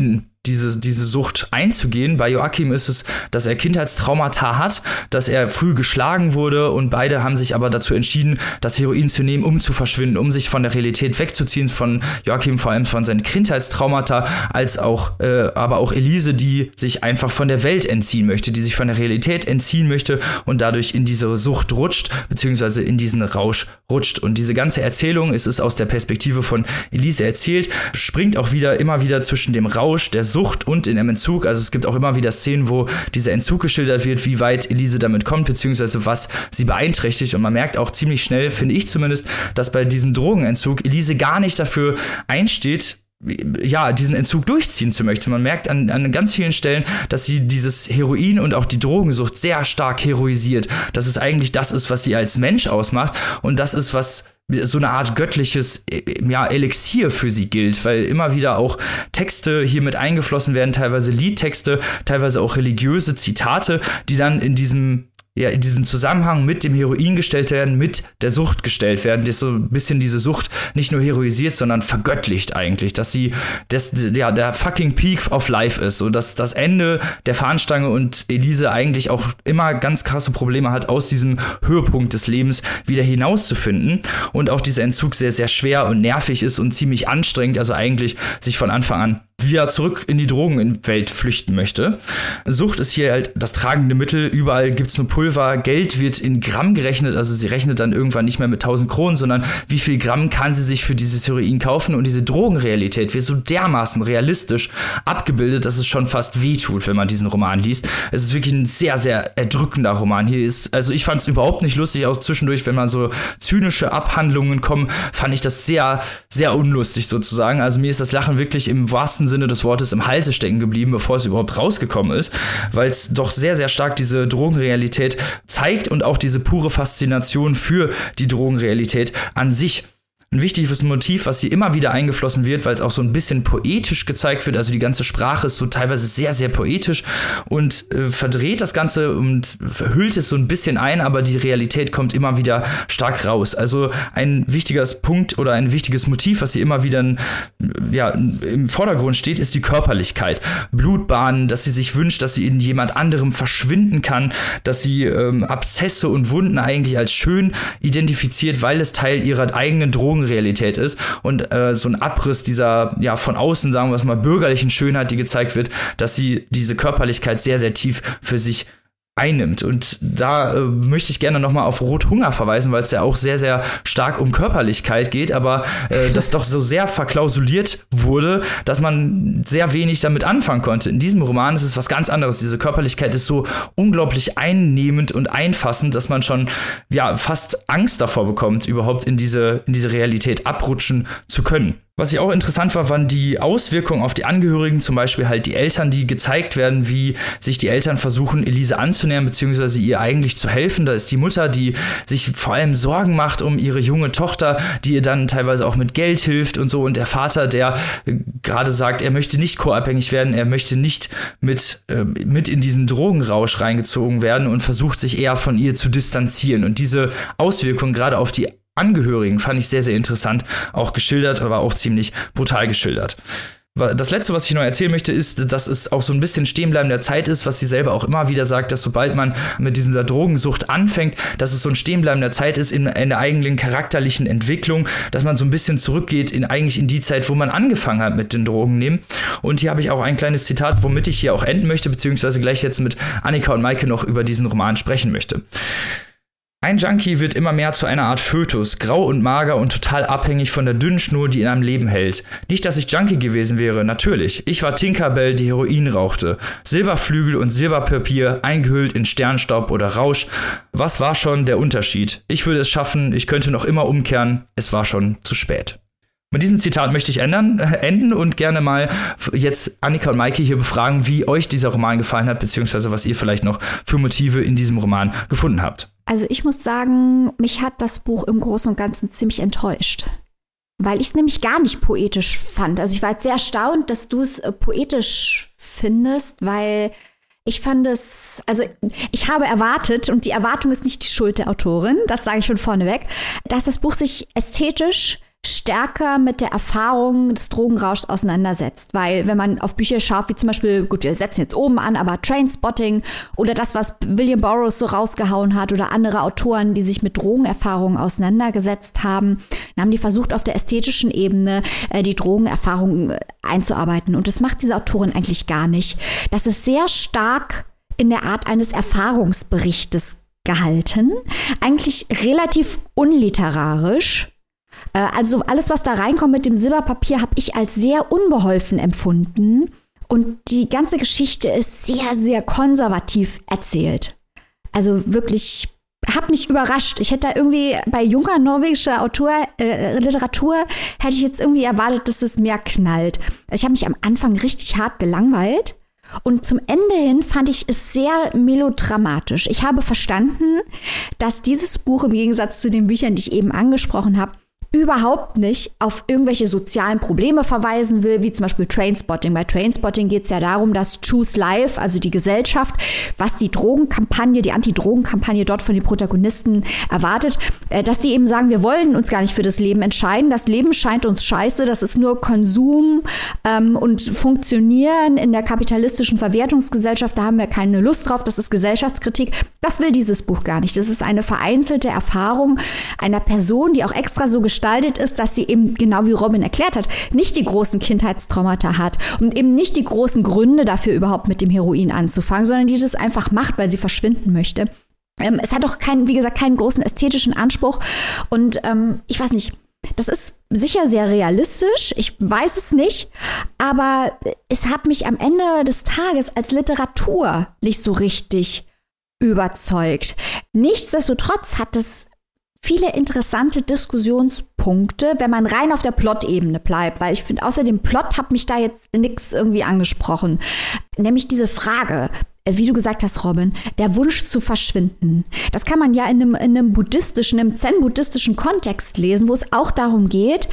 diese, diese Sucht einzugehen. Bei Joachim ist es, dass er Kindheitstraumata hat, dass er früh geschlagen wurde und beide haben sich aber dazu entschieden, das Heroin zu nehmen, um zu verschwinden, um sich von der Realität wegzuziehen, von Joachim vor allem von seinen Kindheitstraumata, als auch, äh, aber auch Elise, die sich einfach von der Welt entziehen möchte, die sich von der Realität entziehen möchte und dadurch in diese Sucht rutscht, beziehungsweise in diesen Rausch rutscht. Und diese ganze Erzählung, es ist aus der Perspektive von Elise erzählt, springt auch wieder, immer wieder zwischen dem Rausch, der Sucht und in dem Entzug. Also es gibt auch immer wieder Szenen, wo dieser Entzug geschildert wird, wie weit Elise damit kommt, beziehungsweise was sie beeinträchtigt. Und man merkt auch ziemlich schnell, finde ich zumindest, dass bei diesem Drogenentzug Elise gar nicht dafür einsteht, ja, diesen Entzug durchziehen zu möchten. Man merkt an, an ganz vielen Stellen, dass sie dieses Heroin und auch die Drogensucht sehr stark heroisiert. Dass es eigentlich das ist, was sie als Mensch ausmacht und das ist, was so eine Art göttliches, ja, Elixier für sie gilt, weil immer wieder auch Texte hier mit eingeflossen werden, teilweise Liedtexte, teilweise auch religiöse Zitate, die dann in diesem ja, in diesem Zusammenhang mit dem Heroin gestellt werden, mit der Sucht gestellt werden, das so ein bisschen diese Sucht nicht nur heroisiert, sondern vergöttlicht eigentlich, dass sie das, ja, der fucking Peak of Life ist und dass das Ende der Fahnenstange und Elise eigentlich auch immer ganz krasse Probleme hat, aus diesem Höhepunkt des Lebens wieder hinauszufinden und auch dieser Entzug sehr, sehr schwer und nervig ist und ziemlich anstrengend, also eigentlich sich von Anfang an wieder zurück in die Drogenwelt flüchten möchte. Sucht ist hier halt das tragende Mittel. Überall gibt es nur Pulver. Geld wird in Gramm gerechnet. Also sie rechnet dann irgendwann nicht mehr mit tausend Kronen, sondern wie viel Gramm kann sie sich für dieses Heroin kaufen. Und diese Drogenrealität wird so dermaßen realistisch abgebildet, dass es schon fast wehtut, wenn man diesen Roman liest. Es ist wirklich ein sehr, sehr erdrückender Roman. Hier ist, also ich fand es überhaupt nicht lustig, auch zwischendurch, wenn mal so zynische Abhandlungen kommen, fand ich das sehr, sehr unlustig sozusagen. Also mir ist das Lachen wirklich im wahrsten Sinne des Wortes im Halse stecken geblieben, bevor es überhaupt rausgekommen ist, weil es doch sehr, sehr stark diese Drogenrealität zeigt und auch diese pure Faszination für die Drogenrealität an sich. Ein wichtiges Motiv, was hier immer wieder eingeflossen wird, weil es auch so ein bisschen poetisch gezeigt wird. Also die ganze Sprache ist so teilweise sehr, sehr poetisch und äh, verdreht das Ganze und verhüllt es so ein bisschen ein, aber die Realität kommt immer wieder stark raus. Also ein wichtiger Punkt oder ein wichtiges Motiv, was hier immer wieder ja, im Vordergrund steht, ist die Körperlichkeit. Blutbahnen, dass sie sich wünscht, dass sie in jemand anderem verschwinden kann, dass sie ähm, Abszesse und Wunden eigentlich als schön identifiziert, weil es Teil ihrer eigenen Drogen Realität ist und äh, so ein Abriss dieser, ja, von außen, sagen wir es mal, bürgerlichen Schönheit, die gezeigt wird, dass sie diese Körperlichkeit sehr, sehr tief für sich einnimmt. Und da äh, möchte ich gerne nochmal auf Rothunger verweisen, weil es ja auch sehr, sehr stark um Körperlichkeit geht, aber äh, das doch so sehr verklausuliert wurde, dass man sehr wenig damit anfangen konnte. In diesem Roman ist es was ganz anderes. Diese Körperlichkeit ist so unglaublich einnehmend und einfassend, dass man schon ja fast Angst davor bekommt, überhaupt in diese, in diese Realität abrutschen zu können. Was ich auch interessant war, waren die Auswirkungen auf die Angehörigen, zum Beispiel halt die Eltern, die gezeigt werden, wie sich die Eltern versuchen, Elise anzunähern, beziehungsweise ihr eigentlich zu helfen. Da ist die Mutter, die sich vor allem Sorgen macht um ihre junge Tochter, die ihr dann teilweise auch mit Geld hilft und so. Und der Vater, der äh, gerade sagt, er möchte nicht co-abhängig werden, er möchte nicht mit, äh, mit in diesen Drogenrausch reingezogen werden und versucht sich eher von ihr zu distanzieren. Und diese Auswirkungen gerade auf die Angehörigen fand ich sehr, sehr interessant, auch geschildert, aber auch ziemlich brutal geschildert. Das Letzte, was ich noch erzählen möchte, ist, dass es auch so ein bisschen Stehenbleiben der Zeit ist, was sie selber auch immer wieder sagt, dass sobald man mit dieser Drogensucht anfängt, dass es so ein Stehenbleiben der Zeit ist in, in der eigenen charakterlichen Entwicklung, dass man so ein bisschen zurückgeht in eigentlich in die Zeit, wo man angefangen hat mit den Drogen nehmen. Und hier habe ich auch ein kleines Zitat, womit ich hier auch enden möchte, beziehungsweise gleich jetzt mit Annika und Maike noch über diesen Roman sprechen möchte. Ein Junkie wird immer mehr zu einer Art Fötus, grau und mager und total abhängig von der dünnen Schnur, die ihn am Leben hält. Nicht, dass ich Junkie gewesen wäre, natürlich. Ich war Tinkerbell, die Heroin rauchte. Silberflügel und Silberpapier, eingehüllt in Sternstaub oder Rausch. Was war schon der Unterschied? Ich würde es schaffen, ich könnte noch immer umkehren. Es war schon zu spät. Mit diesem Zitat möchte ich ändern, äh, enden und gerne mal jetzt Annika und Maike hier befragen, wie euch dieser Roman gefallen hat, beziehungsweise was ihr vielleicht noch für Motive in diesem Roman gefunden habt. Also ich muss sagen, mich hat das Buch im Großen und Ganzen ziemlich enttäuscht, weil ich es nämlich gar nicht poetisch fand. Also ich war jetzt sehr erstaunt, dass du es äh, poetisch findest, weil ich fand es, also ich habe erwartet, und die Erwartung ist nicht die Schuld der Autorin, das sage ich von vorne weg, dass das Buch sich ästhetisch stärker mit der Erfahrung des Drogenrauschs auseinandersetzt. Weil wenn man auf Bücher schaut, wie zum Beispiel, gut, wir setzen jetzt oben an, aber Trainspotting oder das, was William Burroughs so rausgehauen hat oder andere Autoren, die sich mit Drogenerfahrungen auseinandergesetzt haben, dann haben die versucht, auf der ästhetischen Ebene äh, die Drogenerfahrungen einzuarbeiten. Und das macht diese Autorin eigentlich gar nicht. Das ist sehr stark in der Art eines Erfahrungsberichtes gehalten. Eigentlich relativ unliterarisch. Äh, also alles, was da reinkommt mit dem Silberpapier, habe ich als sehr unbeholfen empfunden. Und die ganze Geschichte ist sehr, sehr konservativ erzählt. Also wirklich, hat mich überrascht. Ich hätte da irgendwie bei junger norwegischer Autor, äh, Literatur, hätte ich jetzt irgendwie erwartet, dass es mehr knallt. Ich habe mich am Anfang richtig hart gelangweilt. Und zum Ende hin fand ich es sehr melodramatisch. Ich habe verstanden, dass dieses Buch im Gegensatz zu den Büchern, die ich eben angesprochen habe, überhaupt nicht auf irgendwelche sozialen Probleme verweisen will, wie zum Beispiel Trainspotting. Bei Trainspotting geht es ja darum, dass Choose Life, also die Gesellschaft, was die Drogenkampagne, die Anti-Drogen-Kampagne dort von den Protagonisten erwartet, äh, dass die eben sagen, wir wollen uns gar nicht für das Leben entscheiden. Das Leben scheint uns scheiße, das ist nur Konsum ähm, und Funktionieren in der kapitalistischen Verwertungsgesellschaft, da haben wir keine Lust drauf, das ist Gesellschaftskritik. Das will dieses Buch gar nicht. Das ist eine vereinzelte Erfahrung einer Person, die auch extra so gestaltet ist, dass sie eben, genau wie Robin erklärt hat, nicht die großen Kindheitstraumata hat und eben nicht die großen Gründe dafür, überhaupt mit dem Heroin anzufangen, sondern die das einfach macht, weil sie verschwinden möchte. Ähm, es hat auch keinen, wie gesagt, keinen großen ästhetischen Anspruch und ähm, ich weiß nicht, das ist sicher sehr realistisch, ich weiß es nicht, aber es hat mich am Ende des Tages als Literatur nicht so richtig überzeugt. Nichtsdestotrotz hat es viele interessante Diskussionspunkte, wenn man rein auf der Plot-Ebene bleibt, weil ich finde, außer dem Plot hat mich da jetzt nichts irgendwie angesprochen. Nämlich diese Frage, wie du gesagt hast, Robin, der Wunsch zu verschwinden. Das kann man ja in einem, in einem buddhistischen, einem zen-buddhistischen Kontext lesen, wo es auch darum geht,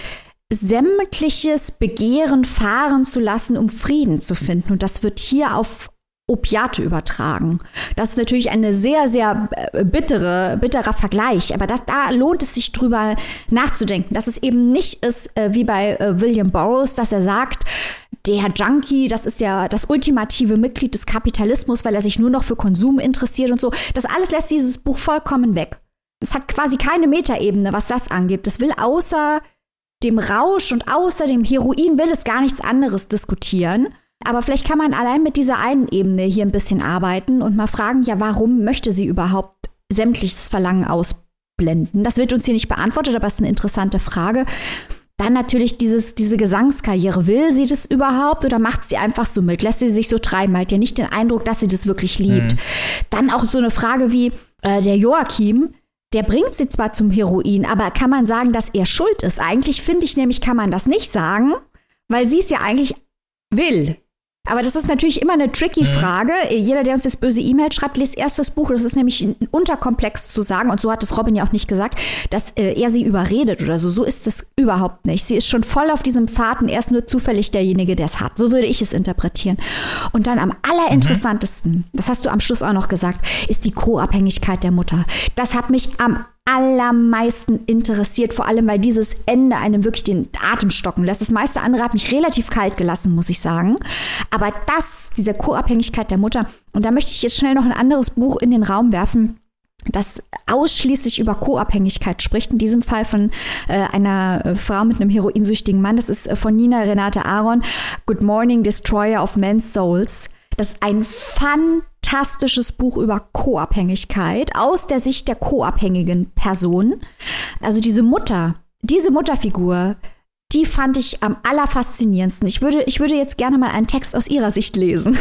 sämtliches Begehren fahren zu lassen, um Frieden zu finden. Und das wird hier auf Opiate übertragen. Das ist natürlich eine sehr, sehr bittere, bitterer Vergleich, aber das, da lohnt es sich drüber nachzudenken, dass es eben nicht ist äh, wie bei äh, William Burroughs, dass er sagt, der Junkie, das ist ja das ultimative Mitglied des Kapitalismus, weil er sich nur noch für Konsum interessiert und so. Das alles lässt dieses Buch vollkommen weg. Es hat quasi keine Metaebene, was das angeht. Es will außer dem Rausch und außer dem Heroin will es gar nichts anderes diskutieren. Aber vielleicht kann man allein mit dieser einen Ebene hier ein bisschen arbeiten und mal fragen, ja, warum möchte sie überhaupt sämtliches Verlangen ausblenden? Das wird uns hier nicht beantwortet, aber es ist eine interessante Frage. Dann natürlich dieses, diese Gesangskarriere. Will sie das überhaupt oder macht sie einfach so mit? Lässt sie sich so treiben? Hat ja nicht den Eindruck, dass sie das wirklich liebt. Mhm. Dann auch so eine Frage wie äh, der Joachim, der bringt sie zwar zum Heroin, aber kann man sagen, dass er schuld ist? Eigentlich finde ich nämlich, kann man das nicht sagen, weil sie es ja eigentlich will. Aber das ist natürlich immer eine tricky Frage. Jeder, der uns jetzt böse E-Mails schreibt, liest erst das Buch. Das ist nämlich ein Unterkomplex zu sagen. Und so hat es Robin ja auch nicht gesagt, dass äh, er sie überredet oder so. So ist es überhaupt nicht. Sie ist schon voll auf diesem Pfad und er ist nur zufällig derjenige, der es hat. So würde ich es interpretieren. Und dann am allerinteressantesten, mhm. das hast du am Schluss auch noch gesagt, ist die Co-Abhängigkeit der Mutter. Das hat mich am allermeisten interessiert, vor allem, weil dieses Ende einem wirklich den Atem stocken lässt. Das meiste andere hat mich relativ kalt gelassen, muss ich sagen. Aber das, diese Co-Abhängigkeit der Mutter, und da möchte ich jetzt schnell noch ein anderes Buch in den Raum werfen, das ausschließlich über Co-Abhängigkeit spricht, in diesem Fall von äh, einer äh, Frau mit einem heroinsüchtigen Mann. Das ist äh, von Nina Renate Aaron, Good Morning, Destroyer of Men's Souls. Das ist ein fantastisches Buch über Co-Abhängigkeit aus der Sicht der co-abhängigen Person. Also diese Mutter, diese Mutterfigur, die fand ich am allerfaszinierendsten. Ich würde, ich würde jetzt gerne mal einen Text aus ihrer Sicht lesen.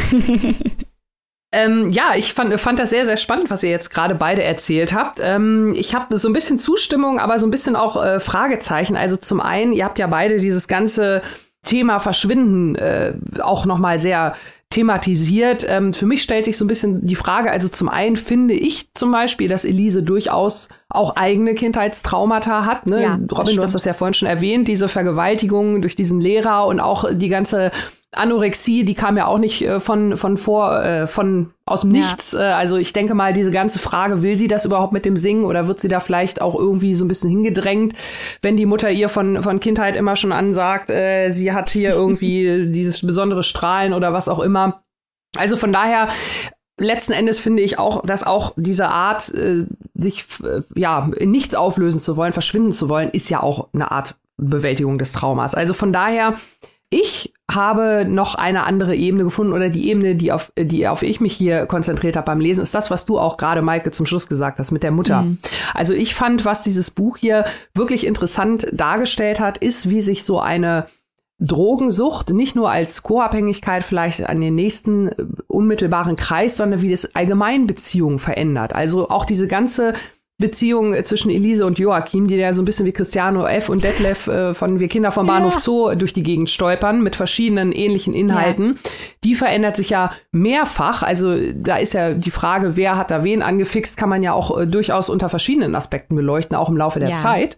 Ähm, ja, ich fand, fand das sehr, sehr spannend, was ihr jetzt gerade beide erzählt habt. Ähm, ich habe so ein bisschen Zustimmung, aber so ein bisschen auch äh, Fragezeichen. Also zum einen, ihr habt ja beide dieses ganze Thema Verschwinden äh, auch noch mal sehr thematisiert. Ähm, für mich stellt sich so ein bisschen die Frage, also zum einen finde ich zum Beispiel, dass Elise durchaus auch eigene Kindheitstraumata hat. Ne? Ja, Robin, du hast das ja vorhin schon erwähnt, diese Vergewaltigung durch diesen Lehrer und auch die ganze Anorexie, die kam ja auch nicht äh, von, von vor, äh, von aus dem Nichts. Ja. Äh, also ich denke mal, diese ganze Frage, will sie das überhaupt mit dem Singen oder wird sie da vielleicht auch irgendwie so ein bisschen hingedrängt, wenn die Mutter ihr von, von Kindheit immer schon ansagt, äh, sie hat hier irgendwie dieses besondere Strahlen oder was auch immer. Also von daher, letzten Endes finde ich auch, dass auch diese Art, äh, sich äh, ja in nichts auflösen zu wollen, verschwinden zu wollen, ist ja auch eine Art Bewältigung des Traumas. Also von daher, ich habe noch eine andere Ebene gefunden oder die Ebene, die auf, die auf ich mich hier konzentriert habe beim Lesen, ist das, was du auch gerade, Maike, zum Schluss gesagt hast mit der Mutter. Mhm. Also ich fand, was dieses Buch hier wirklich interessant dargestellt hat, ist, wie sich so eine Drogensucht nicht nur als Co-Abhängigkeit vielleicht an den nächsten unmittelbaren Kreis, sondern wie das allgemein Beziehungen verändert. Also auch diese ganze Beziehung zwischen Elise und Joachim, die ja so ein bisschen wie Cristiano F. und Detlef äh, von Wir Kinder vom Bahnhof ja. Zoo durch die Gegend stolpern mit verschiedenen ähnlichen Inhalten. Ja. Die verändert sich ja mehrfach. Also da ist ja die Frage, wer hat da wen angefixt, kann man ja auch äh, durchaus unter verschiedenen Aspekten beleuchten, auch im Laufe der ja. Zeit.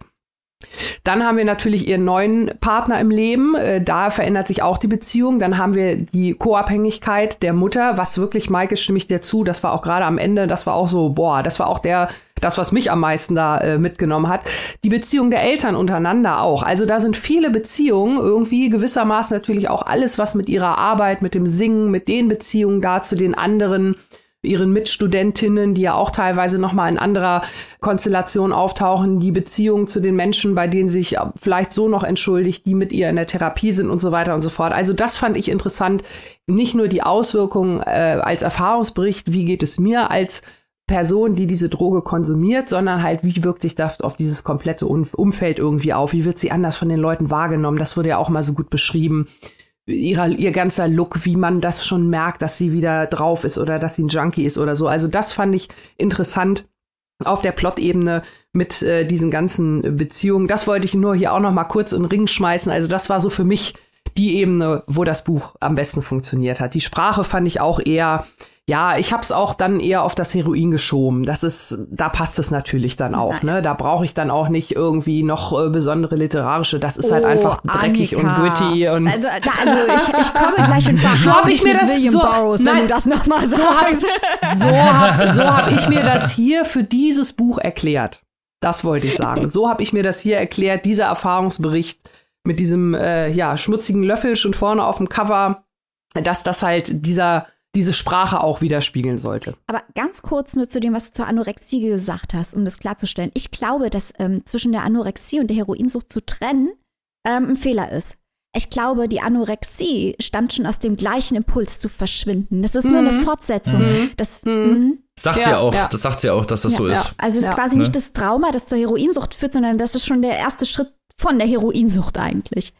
Dann haben wir natürlich ihren neuen Partner im Leben. Äh, da verändert sich auch die Beziehung. Dann haben wir die Co-Abhängigkeit der Mutter, was wirklich, Maike, stimme ich dir zu, das war auch gerade am Ende, das war auch so, boah, das war auch der, das, was mich am meisten da äh, mitgenommen hat. Die Beziehung der Eltern untereinander auch. Also da sind viele Beziehungen, irgendwie gewissermaßen natürlich auch alles, was mit ihrer Arbeit, mit dem Singen, mit den Beziehungen da zu den anderen, ihren Mitstudentinnen, die ja auch teilweise noch mal in anderer Konstellation auftauchen, die Beziehung zu den Menschen, bei denen sie sich vielleicht so noch entschuldigt, die mit ihr in der Therapie sind und so weiter und so fort. Also das fand ich interessant. Nicht nur die Auswirkungen äh, als Erfahrungsbericht, wie geht es mir als Person, die diese Droge konsumiert, sondern halt, wie wirkt sich das auf dieses komplette Umfeld irgendwie auf? Wie wird sie anders von den Leuten wahrgenommen? Das wurde ja auch mal so gut beschrieben. Ihrer, ihr ganzer Look, wie man das schon merkt, dass sie wieder drauf ist oder dass sie ein Junkie ist oder so. Also das fand ich interessant auf der Plot-Ebene mit äh, diesen ganzen Beziehungen. Das wollte ich nur hier auch noch mal kurz in den Ring schmeißen. Also das war so für mich die Ebene, wo das Buch am besten funktioniert hat. Die Sprache fand ich auch eher, ja, ich habe es auch dann eher auf das Heroin geschoben. Das ist, da passt es natürlich dann auch, ne? Da brauche ich dann auch nicht irgendwie noch äh, besondere literarische. Das ist oh, halt einfach dreckig Annika. Und gritty und. Also, da, also ich, ich komme gleich in Verhandlung so hab ich mir mit das, William so, Burroughs, nein, wenn du das nochmal so sagst. Hab, so habe so hab ich mir das hier für dieses Buch erklärt. Das wollte ich sagen. So habe ich mir das hier erklärt. Dieser Erfahrungsbericht mit diesem äh, ja schmutzigen Löffel schon vorne auf dem Cover, dass das halt dieser diese Sprache auch widerspiegeln sollte. Aber ganz kurz nur zu dem, was du zur Anorexie gesagt hast, um das klarzustellen. Ich glaube, dass ähm, zwischen der Anorexie und der Heroinsucht zu trennen ähm, ein Fehler ist. Ich glaube, die Anorexie stammt schon aus dem gleichen Impuls zu verschwinden. Das ist mhm. nur eine Fortsetzung. Mhm. Das, mhm. Sagt ja, sie auch, ja. das sagt sie auch, dass das ja, so ist. Ja. Also es ist ja. quasi ne? nicht das Trauma, das zur Heroinsucht führt, sondern das ist schon der erste Schritt von der Heroinsucht eigentlich.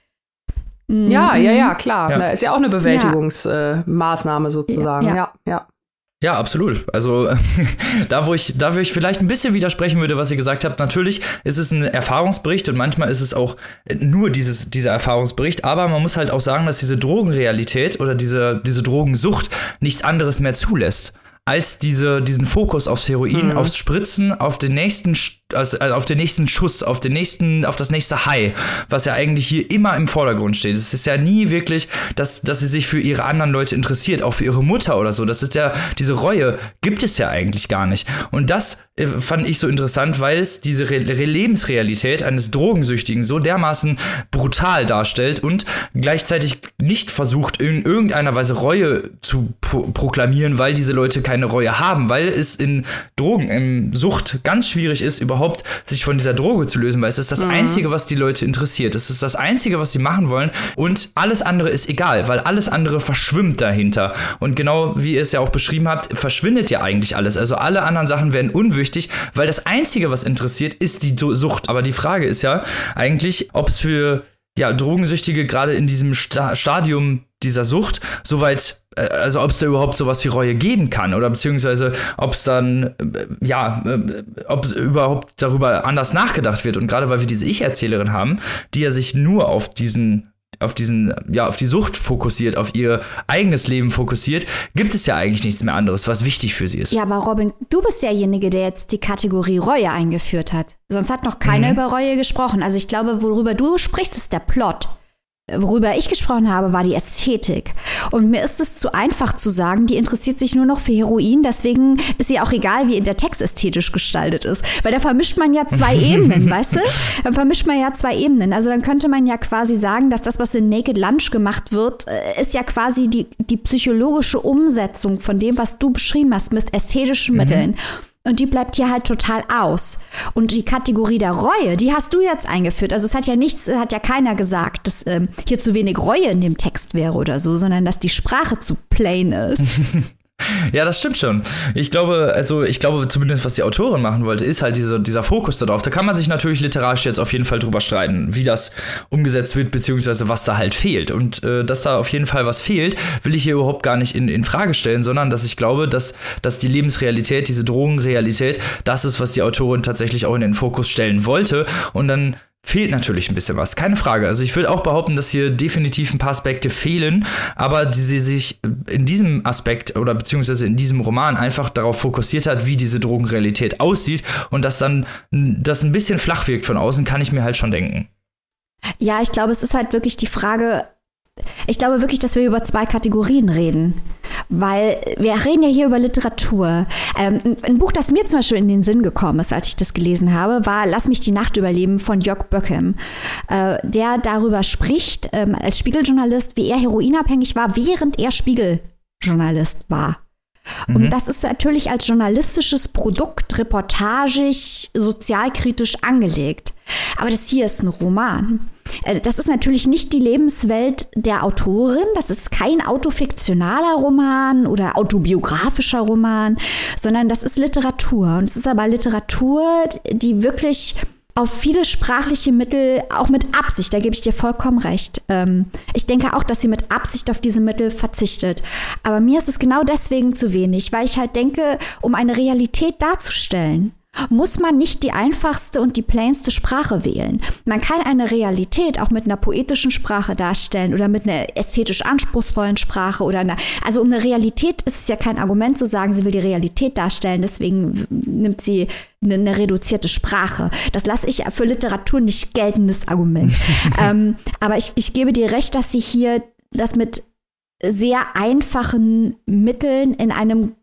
Ja, ja, ja, klar. Ja. Ist ja auch eine Bewältigungsmaßnahme ja. äh, sozusagen. Ja, ja. ja. Ja, absolut. Also da, wo ich, da wo ich vielleicht ein bisschen widersprechen würde, was ihr gesagt habt, natürlich ist es ein Erfahrungsbericht und manchmal ist es auch nur dieses, dieser Erfahrungsbericht, aber man muss halt auch sagen, dass diese Drogenrealität oder diese, diese Drogensucht nichts anderes mehr zulässt als diese, diesen Fokus aufs Heroin, mhm. aufs Spritzen, auf den nächsten, also auf den nächsten Schuss, auf den nächsten, auf das nächste High, was ja eigentlich hier immer im Vordergrund steht. Es ist ja nie wirklich, dass, dass sie sich für ihre anderen Leute interessiert, auch für ihre Mutter oder so. Das ist ja, diese Reue gibt es ja eigentlich gar nicht. Und das äh, fand ich so interessant, weil es diese Re- Re- Lebensrealität eines Drogensüchtigen so dermaßen brutal darstellt und gleichzeitig nicht versucht, in irgendeiner Weise Reue zu pro- proklamieren, weil diese Leute keine Reue haben, weil es in Drogen, in Sucht ganz schwierig ist, überhaupt sich von dieser Droge zu lösen, weil es ist das mhm. Einzige, was die Leute interessiert. Es ist das Einzige, was sie machen wollen und alles andere ist egal, weil alles andere verschwimmt dahinter. Und genau wie ihr es ja auch beschrieben habt, verschwindet ja eigentlich alles. Also alle anderen Sachen werden unwichtig, weil das Einzige, was interessiert, ist die Sucht. Aber die Frage ist ja eigentlich, ob es für ja, Drogensüchtige gerade in diesem Sta- Stadium dieser Sucht soweit, also ob es da überhaupt sowas wie Reue geben kann oder beziehungsweise ob es dann, ja, ob es überhaupt darüber anders nachgedacht wird. Und gerade weil wir diese Ich-Erzählerin haben, die ja sich nur auf diesen auf diesen, ja, auf die Sucht fokussiert, auf ihr eigenes Leben fokussiert, gibt es ja eigentlich nichts mehr anderes, was wichtig für sie ist. Ja, aber Robin, du bist derjenige, der jetzt die Kategorie Reue eingeführt hat. Sonst hat noch keiner mhm. über Reue gesprochen. Also ich glaube, worüber du sprichst, ist der Plot. worüber ich gesprochen habe, war die Ästhetik. Und mir ist es zu einfach zu sagen, die interessiert sich nur noch für Heroin, deswegen ist ihr auch egal, wie der Text ästhetisch gestaltet ist. Weil da vermischt man ja zwei Ebenen, weißt du? Da vermischt man ja zwei Ebenen. Also dann könnte man ja quasi sagen, dass das, was in Naked Lunch gemacht wird, ist ja quasi die, die psychologische Umsetzung von dem, was du beschrieben hast, mit ästhetischen mhm. Mitteln. Und die bleibt hier halt total aus. Und die Kategorie der Reue, die hast du jetzt eingeführt. Also es hat ja nichts, hat ja keiner gesagt, dass ähm, hier zu wenig Reue in dem Text wäre oder so, sondern dass die Sprache zu plain ist. Ja, das stimmt schon. Ich glaube, also ich glaube zumindest, was die Autorin machen wollte, ist halt diese, dieser Fokus darauf. Da kann man sich natürlich literarisch jetzt auf jeden Fall drüber streiten, wie das umgesetzt wird, beziehungsweise was da halt fehlt. Und äh, dass da auf jeden Fall was fehlt, will ich hier überhaupt gar nicht in, in Frage stellen, sondern dass ich glaube, dass, dass die Lebensrealität, diese Drogenrealität, das ist, was die Autorin tatsächlich auch in den Fokus stellen wollte. Und dann fehlt natürlich ein bisschen was, keine Frage. Also ich würde auch behaupten, dass hier definitiv ein paar Aspekte fehlen, aber die sie sich in diesem Aspekt oder beziehungsweise in diesem Roman einfach darauf fokussiert hat, wie diese Drogenrealität aussieht und dass dann das ein bisschen flach wirkt von außen, kann ich mir halt schon denken. Ja, ich glaube, es ist halt wirklich die Frage, ich glaube wirklich, dass wir über zwei Kategorien reden. Weil wir reden ja hier über Literatur. Ähm, ein Buch, das mir zum Beispiel in den Sinn gekommen ist, als ich das gelesen habe, war Lass mich die Nacht überleben von Jörg Böckem, äh, der darüber spricht, ähm, als Spiegeljournalist, wie er heroinabhängig war, während er Spiegeljournalist war. Mhm. Und das ist natürlich als journalistisches Produkt reportagig, sozialkritisch angelegt. Aber das hier ist ein Roman. Das ist natürlich nicht die Lebenswelt der Autorin. Das ist kein autofiktionaler Roman oder autobiografischer Roman, sondern das ist Literatur. Und es ist aber Literatur, die wirklich auf viele sprachliche Mittel, auch mit Absicht, da gebe ich dir vollkommen recht. Ähm, ich denke auch, dass sie mit Absicht auf diese Mittel verzichtet. Aber mir ist es genau deswegen zu wenig, weil ich halt denke, um eine Realität darzustellen, muss man nicht die einfachste und die plainste Sprache wählen. Man kann eine Realität auch mit einer poetischen Sprache darstellen oder mit einer ästhetisch anspruchsvollen Sprache oder einer, also um eine Realität ist es ja kein Argument zu sagen, sie will die Realität darstellen, deswegen nimmt sie eine, eine reduzierte Sprache. Das lasse ich für Literatur nicht geltendes Argument. ähm, aber ich, ich gebe dir recht, dass sie hier das mit sehr einfachen Mitteln in einem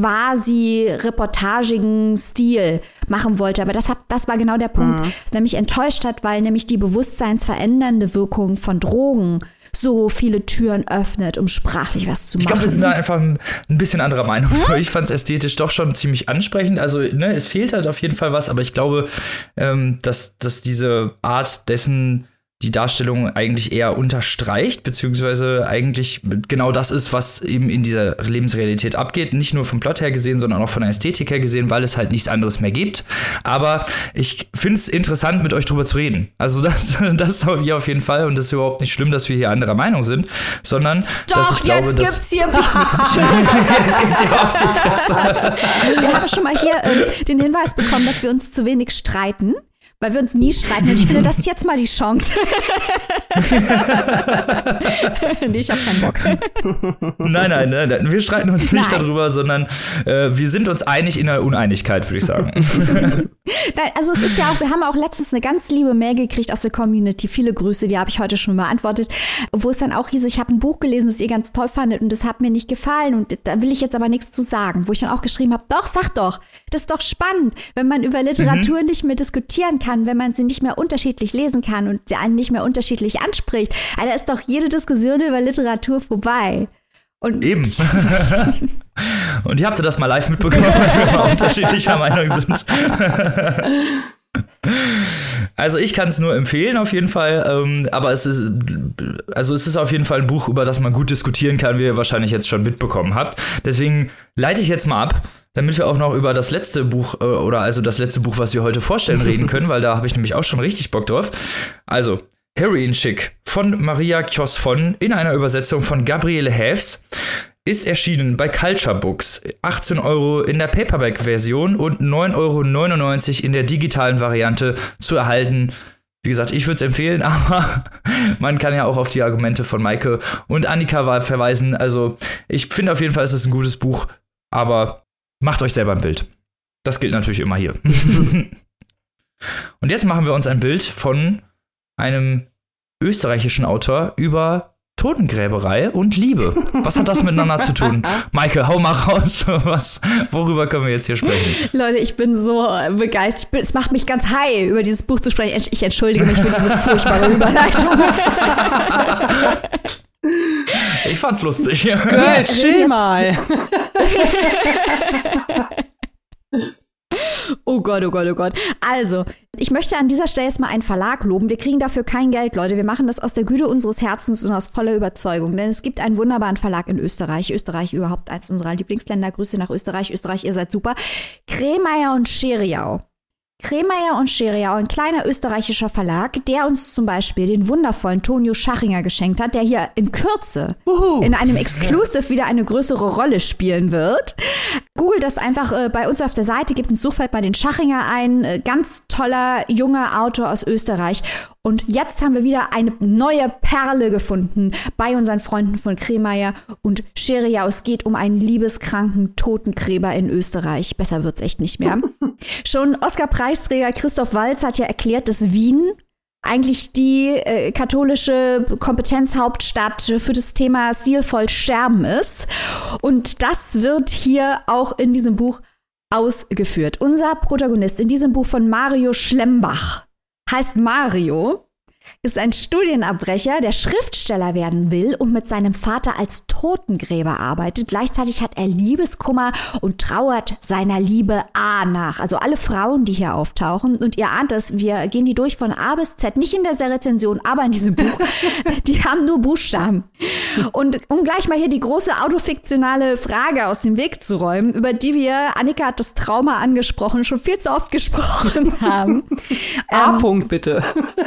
quasi reportagigen Stil machen wollte. Aber das, hat, das war genau der Punkt, mhm. der mich enttäuscht hat, weil nämlich die bewusstseinsverändernde Wirkung von Drogen so viele Türen öffnet, um sprachlich was zu machen. Ich glaube, wir sind da einfach ein, ein bisschen anderer Meinung. Mhm. So, ich fand es ästhetisch doch schon ziemlich ansprechend. Also, ne, es fehlt halt auf jeden Fall was, aber ich glaube, ähm, dass, dass diese Art dessen die Darstellung eigentlich eher unterstreicht, beziehungsweise eigentlich genau das ist, was eben in dieser Lebensrealität abgeht. Nicht nur vom Plot her gesehen, sondern auch von der Ästhetik her gesehen, weil es halt nichts anderes mehr gibt. Aber ich finde es interessant, mit euch drüber zu reden. Also das, das hier auf jeden Fall. Und das ist überhaupt nicht schlimm, dass wir hier anderer Meinung sind, sondern Doch, dass ich glaube, jetzt dass gibt's hier jetzt gibt's hier auf die Fresse. Wir haben schon mal hier äh, den Hinweis bekommen, dass wir uns zu wenig streiten. Weil wir uns nie streiten. Und ich finde, das ist jetzt mal die Chance. Nee, ich habe keinen Bock. Nein, nein, nein, nein, wir streiten uns nicht nein. darüber, sondern äh, wir sind uns einig in der Uneinigkeit, würde ich sagen. Nein, also es ist ja auch, wir haben auch letztens eine ganz liebe Mail gekriegt aus der Community. Viele Grüße, die habe ich heute schon beantwortet. Wo es dann auch hieß, ich habe ein Buch gelesen, das ihr ganz toll fandet und das hat mir nicht gefallen. Und da will ich jetzt aber nichts zu sagen. Wo ich dann auch geschrieben habe, doch, sag doch. Das ist doch spannend, wenn man über Literatur mhm. nicht mehr diskutieren kann. Kann, wenn man sie nicht mehr unterschiedlich lesen kann und sie einen nicht mehr unterschiedlich anspricht. Also ist doch jede Diskussion über Literatur vorbei. Und eben. Und ihr habt das mal live mitbekommen, weil wir mal unterschiedlicher Meinung sind. Also ich kann es nur empfehlen auf jeden Fall, ähm, aber es ist, also es ist auf jeden Fall ein Buch, über das man gut diskutieren kann, wie ihr wahrscheinlich jetzt schon mitbekommen habt. Deswegen leite ich jetzt mal ab, damit wir auch noch über das letzte Buch, äh, oder also das letzte Buch, was wir heute vorstellen, reden können, weil da habe ich nämlich auch schon richtig Bock drauf. Also, Heroin Chic von Maria Kjos von in einer Übersetzung von Gabriele Haefs. Ist erschienen bei Culture Books. achtzehn Euro in der Paperback-Version und neun Euro neunundneunzig in der digitalen Variante zu erhalten. Wie gesagt, ich würde es empfehlen, aber man kann ja auch auf die Argumente von Maike und Annika verweisen. Also ich finde auf jeden Fall, es ist ein gutes Buch, aber macht euch selber ein Bild. Das gilt natürlich immer hier. Und jetzt machen wir uns ein Bild von einem österreichischen Autor über Totengräberei und Liebe. Was hat das miteinander zu tun? Maike, hau mal raus. Was, worüber können wir jetzt hier sprechen? Leute, ich bin so begeistert. Ich bin, es macht mich ganz high, über dieses Buch zu sprechen. Ich entschuldige mich für diese furchtbare Überleitung. Ich fand's lustig. Gut, chill mal. Oh Gott, oh Gott, oh Gott. Also, ich möchte an dieser Stelle jetzt mal einen Verlag loben. Wir kriegen dafür kein Geld, Leute. Wir machen das aus der Güte unseres Herzens und aus voller Überzeugung. Denn es gibt einen wunderbaren Verlag in Österreich. Österreich überhaupt eins unserer Lieblingsländer. Grüße nach Österreich. Österreich, ihr seid super. Kremeyer und Scheriau. Kremeyer und Scheriau, ein kleiner österreichischer Verlag, der uns zum Beispiel den wundervollen Tonio Schachinger geschenkt hat, der hier in Kürze Uhu. in einem Exclusive wieder eine größere Rolle spielen wird. Google das einfach äh, bei uns auf der Seite, gebt ins Suchfeld mal den Schachinger ein. Äh, ganz toller, junger Autor aus Österreich. Und jetzt haben wir wieder eine neue Perle gefunden bei unseren Freunden von Kremeyer und Scheriau. Es geht um einen liebeskranken Totengräber in Österreich. Besser wird's echt nicht mehr. Schon Oscar-Preisträger Christoph Waltz hat ja erklärt, dass Wien eigentlich die äh, katholische Kompetenzhauptstadt für das Thema stilvoll Sterben ist. Und das wird hier auch in diesem Buch ausgeführt. Unser Protagonist in diesem Buch von Mario Schlembach heißt Mario, ist ein Studienabbrecher, der Schriftsteller werden will und mit seinem Vater als Totengräber arbeitet. Gleichzeitig hat er Liebeskummer und trauert seiner Liebe A nach. Also alle Frauen, die hier auftauchen, und ihr ahnt es, wir gehen die durch von A bis Z, nicht in der Rezension, aber in diesem Buch, die haben nur Buchstaben. Und um gleich mal hier die große autofiktionale Frage aus dem Weg zu räumen, über die wir, Annika hat das Trauma angesprochen, schon viel zu oft gesprochen haben. A-Punkt ähm, bitte.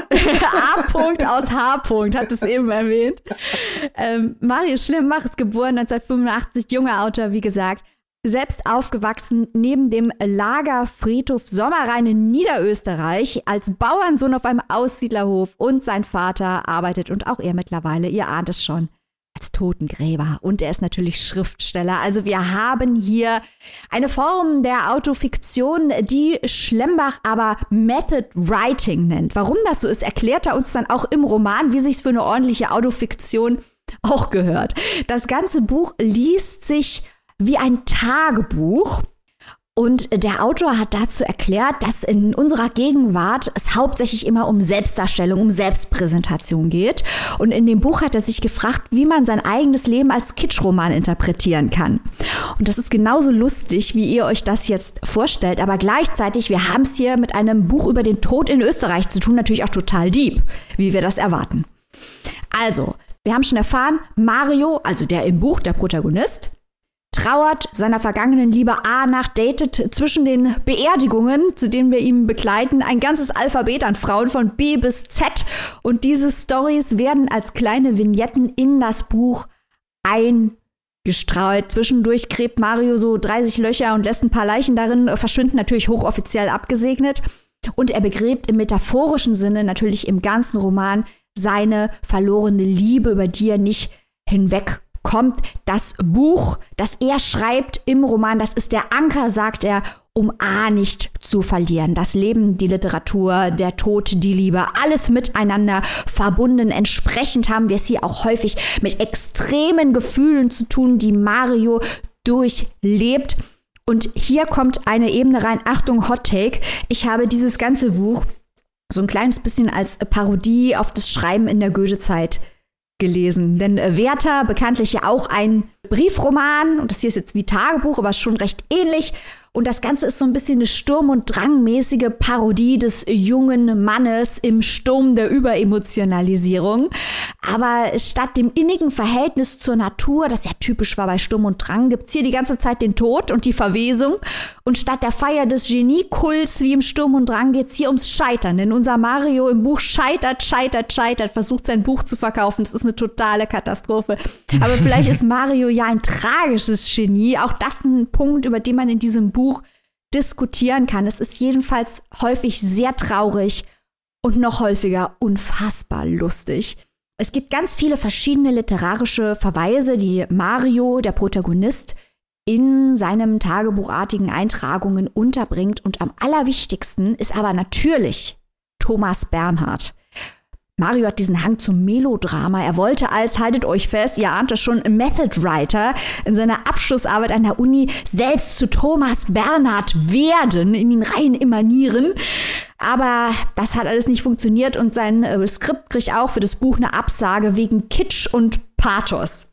A-Punkt aus H-Punkt, hat es eben erwähnt. Ähm, Mario Schlembach ist geboren neunzehnhundertfünfundachtzig, junger Autor, wie gesagt. Selbst aufgewachsen neben dem Lagerfriedhof Sommerrhein in Niederösterreich, als Bauernsohn auf einem Aussiedlerhof, und sein Vater arbeitet, und auch er mittlerweile, ihr ahnt es schon, als Totengräber. Und er ist natürlich Schriftsteller. Also wir haben hier eine Form der Autofiktion, die Schlembach aber Method Writing nennt. Warum das so ist, erklärt er uns dann auch im Roman, wie sich's für eine ordentliche Autofiktion auch gehört. Das ganze Buch liest sich wie ein Tagebuch. Und der Autor hat dazu erklärt, dass in unserer Gegenwart es hauptsächlich immer um Selbstdarstellung, um Selbstpräsentation geht. Und in dem Buch hat er sich gefragt, wie man sein eigenes Leben als Kitschroman interpretieren kann. Und das ist genauso lustig, wie ihr euch das jetzt vorstellt. Aber gleichzeitig, wir haben es hier mit einem Buch über den Tod in Österreich zu tun, natürlich auch total deep, wie wir das erwarten. Also, wir haben schon erfahren, Mario, also der im Buch, der Protagonist, trauert seiner vergangenen Liebe A nach, datet zwischen den Beerdigungen, zu denen wir ihn begleiten, ein ganzes Alphabet an Frauen von B bis Z. Und diese Storys werden als kleine Vignetten in das Buch eingestreut. Zwischendurch gräbt Mario so dreißig Löcher und lässt ein paar Leichen darin verschwinden, natürlich hochoffiziell abgesegnet. Und er begräbt im metaphorischen Sinne, natürlich im ganzen Roman, seine verlorene Liebe, über die er nicht hinweg kommt. Das Buch, das er schreibt im Roman, das ist der Anker, sagt er, um A nicht zu verlieren. Das Leben, die Literatur, der Tod, die Liebe, alles miteinander verbunden. Entsprechend haben wir es hier auch häufig mit extremen Gefühlen zu tun, die Mario durchlebt. Und hier kommt eine Ebene rein. Achtung, Hot Take. Ich habe dieses ganze Buch so ein kleines bisschen als Parodie auf das Schreiben in der Goethe-Zeit gelesen. Denn äh, Werther, bekanntlich ja auch ein Briefroman, und das hier ist jetzt wie Tagebuch, aber schon recht ähnlich. Und das Ganze ist so ein bisschen eine Sturm- und Drangmäßige Parodie des jungen Mannes im Sturm der Überemotionalisierung. Aber statt dem innigen Verhältnis zur Natur, das ja typisch war bei Sturm und Drang, gibt's hier die ganze Zeit den Tod und die Verwesung. Und statt der Feier des Geniekults wie im Sturm und Drang geht's hier ums Scheitern. Denn unser Mario im Buch scheitert, scheitert, scheitert, versucht sein Buch zu verkaufen. Das ist eine totale Katastrophe. Aber vielleicht ist Mario ja ein tragisches Genie. Auch das ein Punkt, über den man in diesem Buch diskutieren kann. Es ist jedenfalls häufig sehr traurig und noch häufiger unfassbar lustig. Es gibt ganz viele verschiedene literarische Verweise, die Mario, der Protagonist, in seinem tagebuchartigen Eintragungen unterbringt. Und am allerwichtigsten ist aber natürlich Thomas Bernhard. Mario hat diesen Hang zum Melodrama. Er wollte als, haltet euch fest, ihr ahnt es schon, Method Writer in seiner Abschlussarbeit an der Uni selbst zu Thomas Bernhard werden, in ihn rein emanieren. Aber das hat alles nicht funktioniert und sein äh, Skript kriegt auch für das Buch eine Absage wegen Kitsch und Pathos.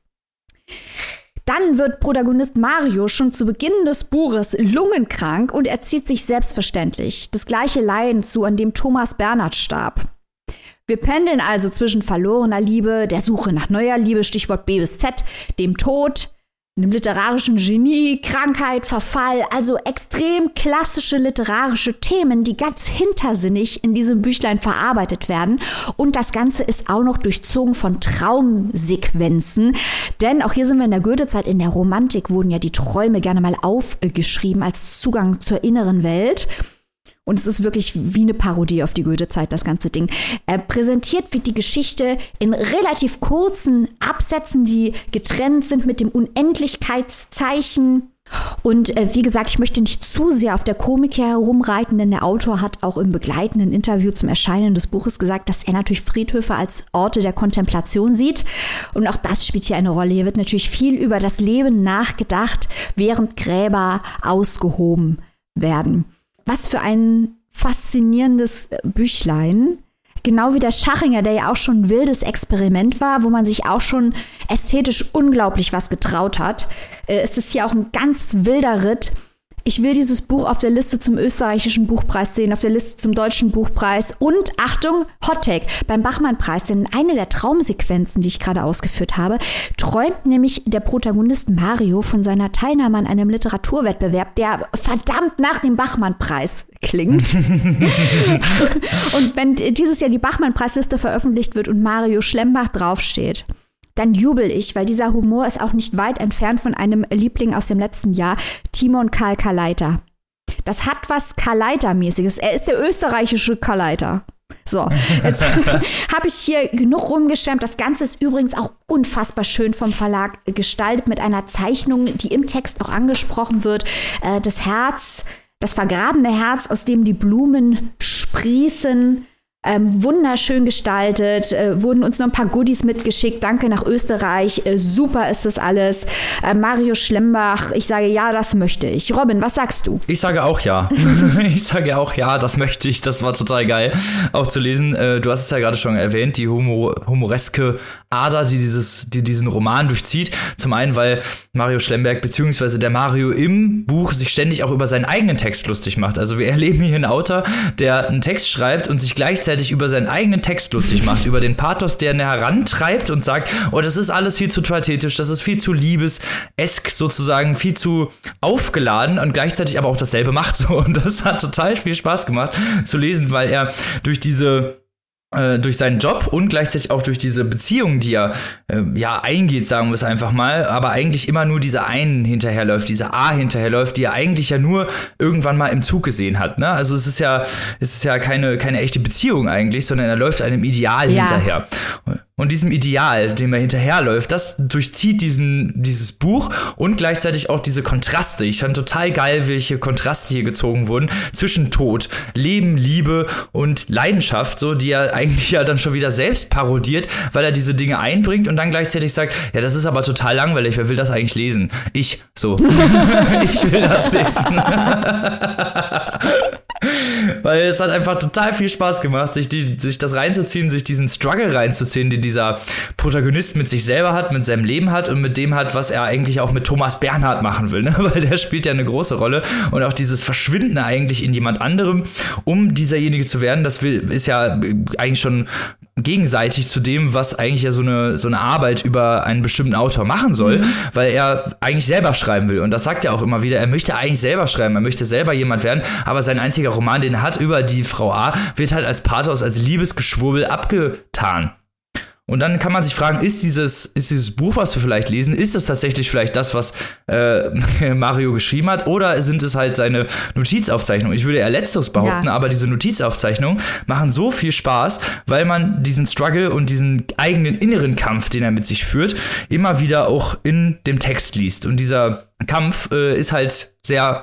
Dann wird Protagonist Mario schon zu Beginn des Buches lungenkrank und er zieht sich selbstverständlich das gleiche Leiden zu, an dem Thomas Bernhard starb. Wir pendeln also zwischen verlorener Liebe, der Suche nach neuer Liebe, Stichwort B bis Z, dem Tod, einem literarischen Genie, Krankheit, Verfall, also extrem klassische literarische Themen, die ganz hintersinnig in diesem Büchlein verarbeitet werden. Und das Ganze ist auch noch durchzogen von Traumsequenzen, denn auch hier sind wir in der Goethezeit, in der Romantik wurden ja die Träume gerne mal aufgeschrieben als Zugang zur inneren Welt. Und es ist wirklich wie eine Parodie auf die Goethezeit, das ganze Ding. Äh, präsentiert wird die Geschichte in relativ kurzen Absätzen, die getrennt sind mit dem Unendlichkeitszeichen. Und äh, wie gesagt, ich möchte nicht zu sehr auf der Komik herumreiten, denn der Autor hat auch im begleitenden Interview zum Erscheinen des Buches gesagt, dass er natürlich Friedhöfe als Orte der Kontemplation sieht. Und auch das spielt hier eine Rolle. Hier wird natürlich viel über das Leben nachgedacht, während Gräber ausgehoben werden. Was für ein faszinierendes Büchlein. Genau wie der Schachinger, der ja auch schon ein wildes Experiment war, wo man sich auch schon ästhetisch unglaublich was getraut hat, äh, ist es hier auch ein ganz wilder Ritt. Ich will dieses Buch auf der Liste zum österreichischen Buchpreis sehen, auf der Liste zum deutschen Buchpreis und, Achtung, Hottake, beim Bachmann-Preis. Denn eine der Traumsequenzen, die ich gerade ausgeführt habe, träumt nämlich der Protagonist Mario von seiner Teilnahme an einem Literaturwettbewerb, der verdammt nach dem Bachmann-Preis klingt. Und wenn dieses Jahr die Bachmann-Preisliste veröffentlicht wird und Mario Schlembach draufsteht, dann jubel ich, weil dieser Humor ist auch nicht weit entfernt von einem Liebling aus dem letzten Jahr, Timon Karl Kaleiter. Das hat was Kaleiter-mäßiges. Er ist der österreichische Kaleiter. So, jetzt habe ich hier genug rumgeschwärmt. Das Ganze ist übrigens auch unfassbar schön vom Verlag gestaltet mit einer Zeichnung, die im Text auch angesprochen wird. Äh, das Herz, das vergrabene Herz, aus dem die Blumen sprießen. Ähm, wunderschön gestaltet, äh, wurden uns noch ein paar Goodies mitgeschickt. Danke nach Österreich. Äh, super ist das alles. Äh, Mario Schlembach, ich sage ja, das möchte ich. Robin, was sagst du? Ich sage auch ja. Ich sage auch ja, das möchte ich. Das war total geil, auch zu lesen. Äh, du hast es ja gerade schon erwähnt, die humor- humoreske Ader, die, dieses, die diesen Roman durchzieht. Zum einen, weil Mario Schlemberg beziehungsweise der Mario im Buch sich ständig auch über seinen eigenen Text lustig macht. Also wir erleben hier einen Autor, der einen Text schreibt und sich gleichzeitig über seinen eigenen Text lustig macht, über den Pathos, der ihn herantreibt und sagt, oh, das ist alles viel zu pathetisch, das ist viel zu liebesesk sozusagen, viel zu aufgeladen und gleichzeitig aber auch dasselbe macht so. Und das hat total viel Spaß gemacht zu lesen, weil er durch diese durch seinen Job und gleichzeitig auch durch diese Beziehung, die er äh, ja eingeht, sagen wir es einfach mal, aber eigentlich immer nur diese einen hinterherläuft, diese A hinterherläuft, die er eigentlich ja nur irgendwann mal im Zug gesehen hat, ne? Also es ist ja, es ist ja keine, keine echte Beziehung eigentlich, sondern er läuft einem Ideal ja. hinterher. Und diesem Ideal, dem er hinterherläuft, das durchzieht diesen, dieses Buch und gleichzeitig auch diese Kontraste. Ich fand total geil, welche Kontraste hier gezogen wurden zwischen Tod, Leben, Liebe und Leidenschaft, so, die er eigentlich ja dann schon wieder selbst parodiert, weil er diese Dinge einbringt und dann gleichzeitig sagt, ja, das ist aber total langweilig, wer will das eigentlich lesen? Ich, so. Ich will das lesen. Weil es hat einfach total viel Spaß gemacht, sich, die, sich das reinzuziehen, sich diesen Struggle reinzuziehen, den dieser Protagonist mit sich selber hat, mit seinem Leben hat und mit dem hat, was er eigentlich auch mit Thomas Bernhard machen will, ne? Weil der spielt ja eine große Rolle und auch dieses Verschwinden eigentlich in jemand anderem, um dieserjenige zu werden, das will, ist ja eigentlich schon gegenseitig zu dem, was eigentlich ja so eine, so eine Arbeit über einen bestimmten Autor machen soll, mhm. weil er eigentlich selber schreiben will. Und das sagt er auch immer wieder, er möchte eigentlich selber schreiben, er möchte selber jemand werden, aber sein einziger Roman, den er hat über die Frau A, wird halt als Pathos, als Liebesgeschwurbel abgetan. Und dann kann man sich fragen, ist dieses, ist dieses Buch, was wir vielleicht lesen, ist es tatsächlich vielleicht das, was äh, Mario geschrieben hat, oder sind es halt seine Notizaufzeichnungen? Ich würde eher Letzteres behaupten, ja. Aber diese Notizaufzeichnungen machen so viel Spaß, weil man diesen Struggle und diesen eigenen inneren Kampf, den er mit sich führt, immer wieder auch in dem Text liest. Und dieser Kampf äh, ist halt sehr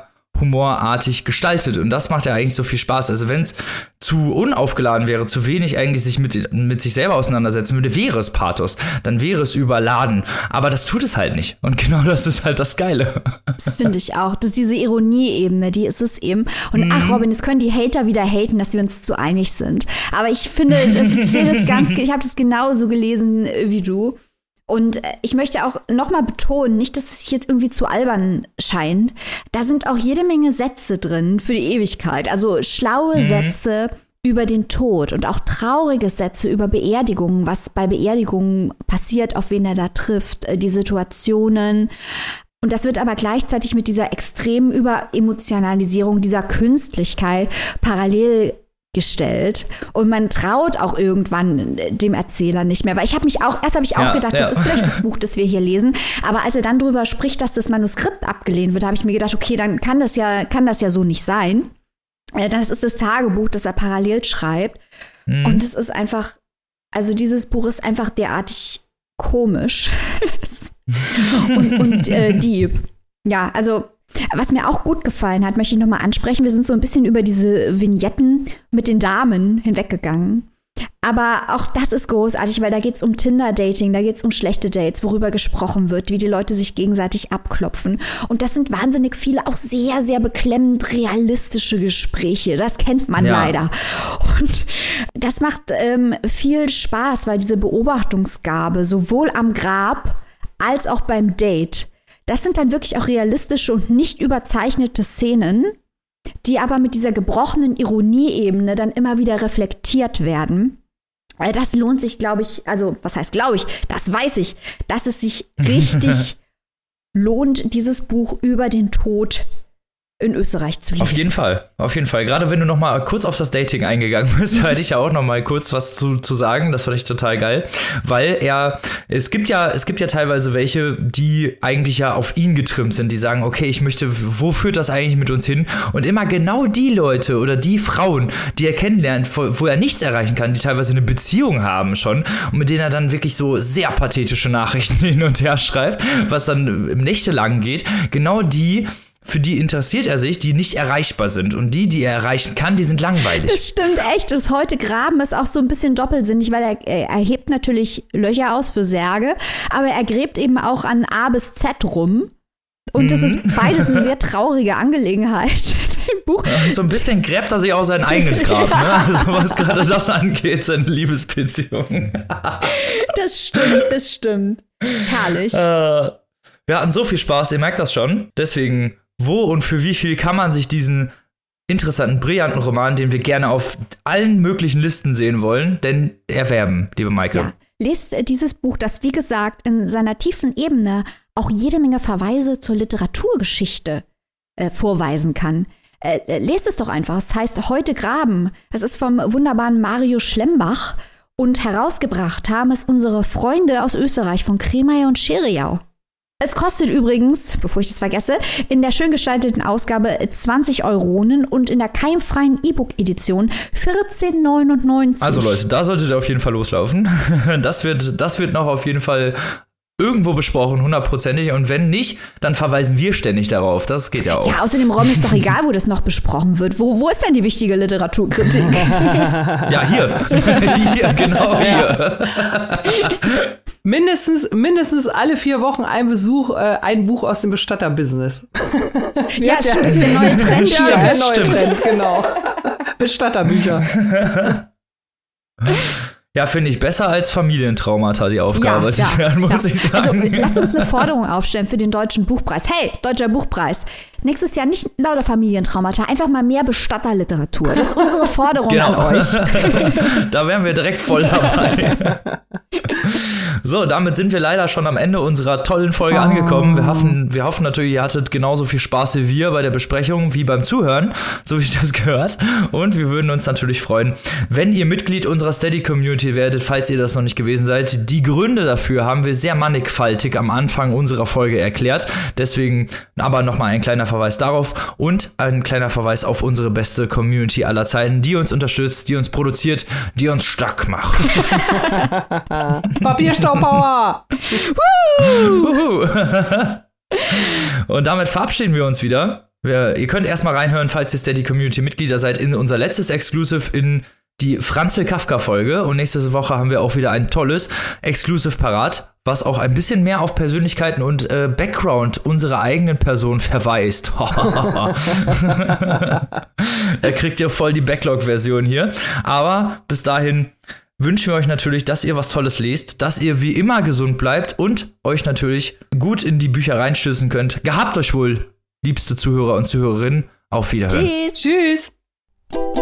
humorartig gestaltet. Und das macht ja eigentlich so viel Spaß. Also wenn es zu unaufgeladen wäre, zu wenig eigentlich sich mit, mit sich selber auseinandersetzen würde, wäre es Pathos. Dann wäre es überladen. Aber das tut es halt nicht. Und genau das ist halt das Geile. Das finde ich auch. Das ist diese Ironie-Ebene, die ist es eben. Und ach, Robin, jetzt können die Hater wieder haten, dass wir uns zu einig sind. Aber ich finde, es ist, ich sehe das ganz, ich habe das genauso gelesen wie du. Und ich möchte auch nochmal betonen, nicht, dass es jetzt irgendwie zu albern scheint. Da sind auch jede Menge Sätze drin für die Ewigkeit. Also schlaue mhm. Sätze über den Tod und auch traurige Sätze über Beerdigungen, was bei Beerdigungen passiert, auf wen er da trifft, die Situationen. Und das wird aber gleichzeitig mit dieser extremen Überemotionalisierung, dieser Künstlichkeit parallel gestellt. Und man traut auch irgendwann dem Erzähler nicht mehr. Weil ich habe mich auch, erst habe ich auch ja, gedacht, ja. das ist vielleicht das Buch, das wir hier lesen. Aber als er dann drüber spricht, dass das Manuskript abgelehnt wird, habe ich mir gedacht, okay, dann kann das ja, kann das ja so nicht sein. Das ist das Tagebuch, das er parallel schreibt. Mhm. Und es ist einfach, also dieses Buch ist einfach derartig komisch und, und äh, deep. Ja, also was mir auch gut gefallen hat, möchte ich nochmal ansprechen. Wir sind so ein bisschen über diese Vignetten mit den Damen hinweggegangen. Aber auch das ist großartig, weil da geht es um Tinder-Dating, da geht es um schlechte Dates, worüber gesprochen wird, wie die Leute sich gegenseitig abklopfen. Und das sind wahnsinnig viele auch sehr, sehr beklemmend realistische Gespräche. Das kennt man ja. leider. Und das macht ähm, viel Spaß, weil diese Beobachtungsgabe sowohl am Grab als auch beim Date, das sind dann wirklich auch realistische und nicht überzeichnete Szenen, die aber mit dieser gebrochenen Ironieebene dann immer wieder reflektiert werden. Das lohnt sich, glaube ich, also was heißt glaube ich, das weiß ich, dass es sich richtig lohnt, dieses Buch über den Tod in Österreich zu lesen. Auf jeden Fall, auf jeden Fall. Gerade wenn du noch mal kurz auf das Dating eingegangen bist, hätte ich ja auch noch mal kurz was zu, zu sagen. Das fand ich total geil, weil er, es gibt ja, es gibt ja teilweise welche, die eigentlich ja auf ihn getrimmt sind, die sagen, okay, ich möchte, wo führt das eigentlich mit uns hin? Und immer genau die Leute oder die Frauen, die er kennenlernt, wo, wo er nichts erreichen kann, die teilweise eine Beziehung haben schon und mit denen er dann wirklich so sehr pathetische Nachrichten hin und her schreibt, was dann nächtelang geht, genau die, für die interessiert er sich, die nicht erreichbar sind. Und die, die er erreichen kann, die sind langweilig. Das stimmt echt. Das heute Graben ist auch so ein bisschen doppelsinnig, weil er, er hebt natürlich Löcher aus für Särge, aber er gräbt eben auch an A bis Z rum. Und mhm. das ist beides eine sehr traurige Angelegenheit. Im Buch. Ja, so ein bisschen gräbt er sich auch sein eigenes Grab, ja. ne? Also was gerade das angeht, seine Liebesbeziehung. Das stimmt, das stimmt. Herrlich. Äh, wir hatten so viel Spaß, ihr merkt das schon. Deswegen, wo und für wie viel kann man sich diesen interessanten, brillanten Roman, den wir gerne auf allen möglichen Listen sehen wollen, denn erwerben, liebe Maike? Ja. Lest dieses Buch, das, wie gesagt, in seiner tiefen Ebene auch jede Menge Verweise zur Literaturgeschichte äh, vorweisen kann. Äh, lest es doch einfach. Es heißt Heute Graben. Es ist vom wunderbaren Mario Schlembach und herausgebracht haben es unsere Freunde aus Österreich von Kremeyer und Scheriau. Es kostet übrigens, bevor ich das vergesse, in der schön gestalteten Ausgabe zwanzig Euronen und in der keimfreien E-Book-Edition vierzehn neunundneunzig. Also Leute, da solltet ihr auf jeden Fall loslaufen. Das wird, das wird noch auf jeden Fall irgendwo besprochen, hundertprozentig. Und wenn nicht, dann verweisen wir ständig darauf. Das geht ja auch. Ja, außerdem, Rom, ist doch egal, wo das noch besprochen wird. Wo, wo ist denn die wichtige Literaturkritik? Ja, hier. Hier, genau hier. Mindestens, mindestens alle vier Wochen ein Besuch, äh, ein Buch aus dem Bestatterbusiness. Ja, das ist der neue Trend. Ja, ja, der neue Stimmt. Trend, genau. Bestatterbücher. Ja, finde ich besser als Familientraumata, die aufgearbeitet ja, ja, werden, muss ja. ich sagen. Also lasst uns eine Forderung aufstellen für den Deutschen Buchpreis. Hey, Deutscher Buchpreis, nächstes Jahr nicht lauter Familientraumata, einfach mal mehr Bestatterliteratur. Das ist unsere Forderung genau. an euch. Da wären wir direkt voll dabei. So, damit sind wir leider schon am Ende unserer tollen Folge oh. angekommen. Wir hoffen, wir hoffen natürlich, ihr hattet genauso viel Spaß wie wir bei der Besprechung, wie beim Zuhören, so wie ich das gehört. Und wir würden uns natürlich freuen, wenn ihr Mitglied unserer Steady-Community werdet, falls ihr das noch nicht gewesen seid. Die Gründe dafür haben wir sehr mannigfaltig am Anfang unserer Folge erklärt. Deswegen aber nochmal ein kleiner Verweis darauf und ein kleiner Verweis auf unsere beste Community aller Zeiten, die uns unterstützt, die uns produziert, die uns stark macht. Papierstaupower! Und damit verabschieden wir uns wieder. Wir, ihr könnt erstmal reinhören, falls ihr Steady-Community-Mitglieder seid, in unser letztes Exclusive in die Franzl-Kafka-Folge. Und nächste Woche haben wir auch wieder ein tolles Exclusive parat, was auch ein bisschen mehr auf Persönlichkeiten und äh, Background unserer eigenen Person verweist. Da kriegt ihr voll die Backlog-Version hier. Aber bis dahin wünschen wir euch natürlich, dass ihr was Tolles lest, dass ihr wie immer gesund bleibt und euch natürlich gut in die Bücher reinstößen könnt. Gehabt euch wohl, liebste Zuhörer und Zuhörerinnen. Auf Wiederhören. Tschüss. Tschüss.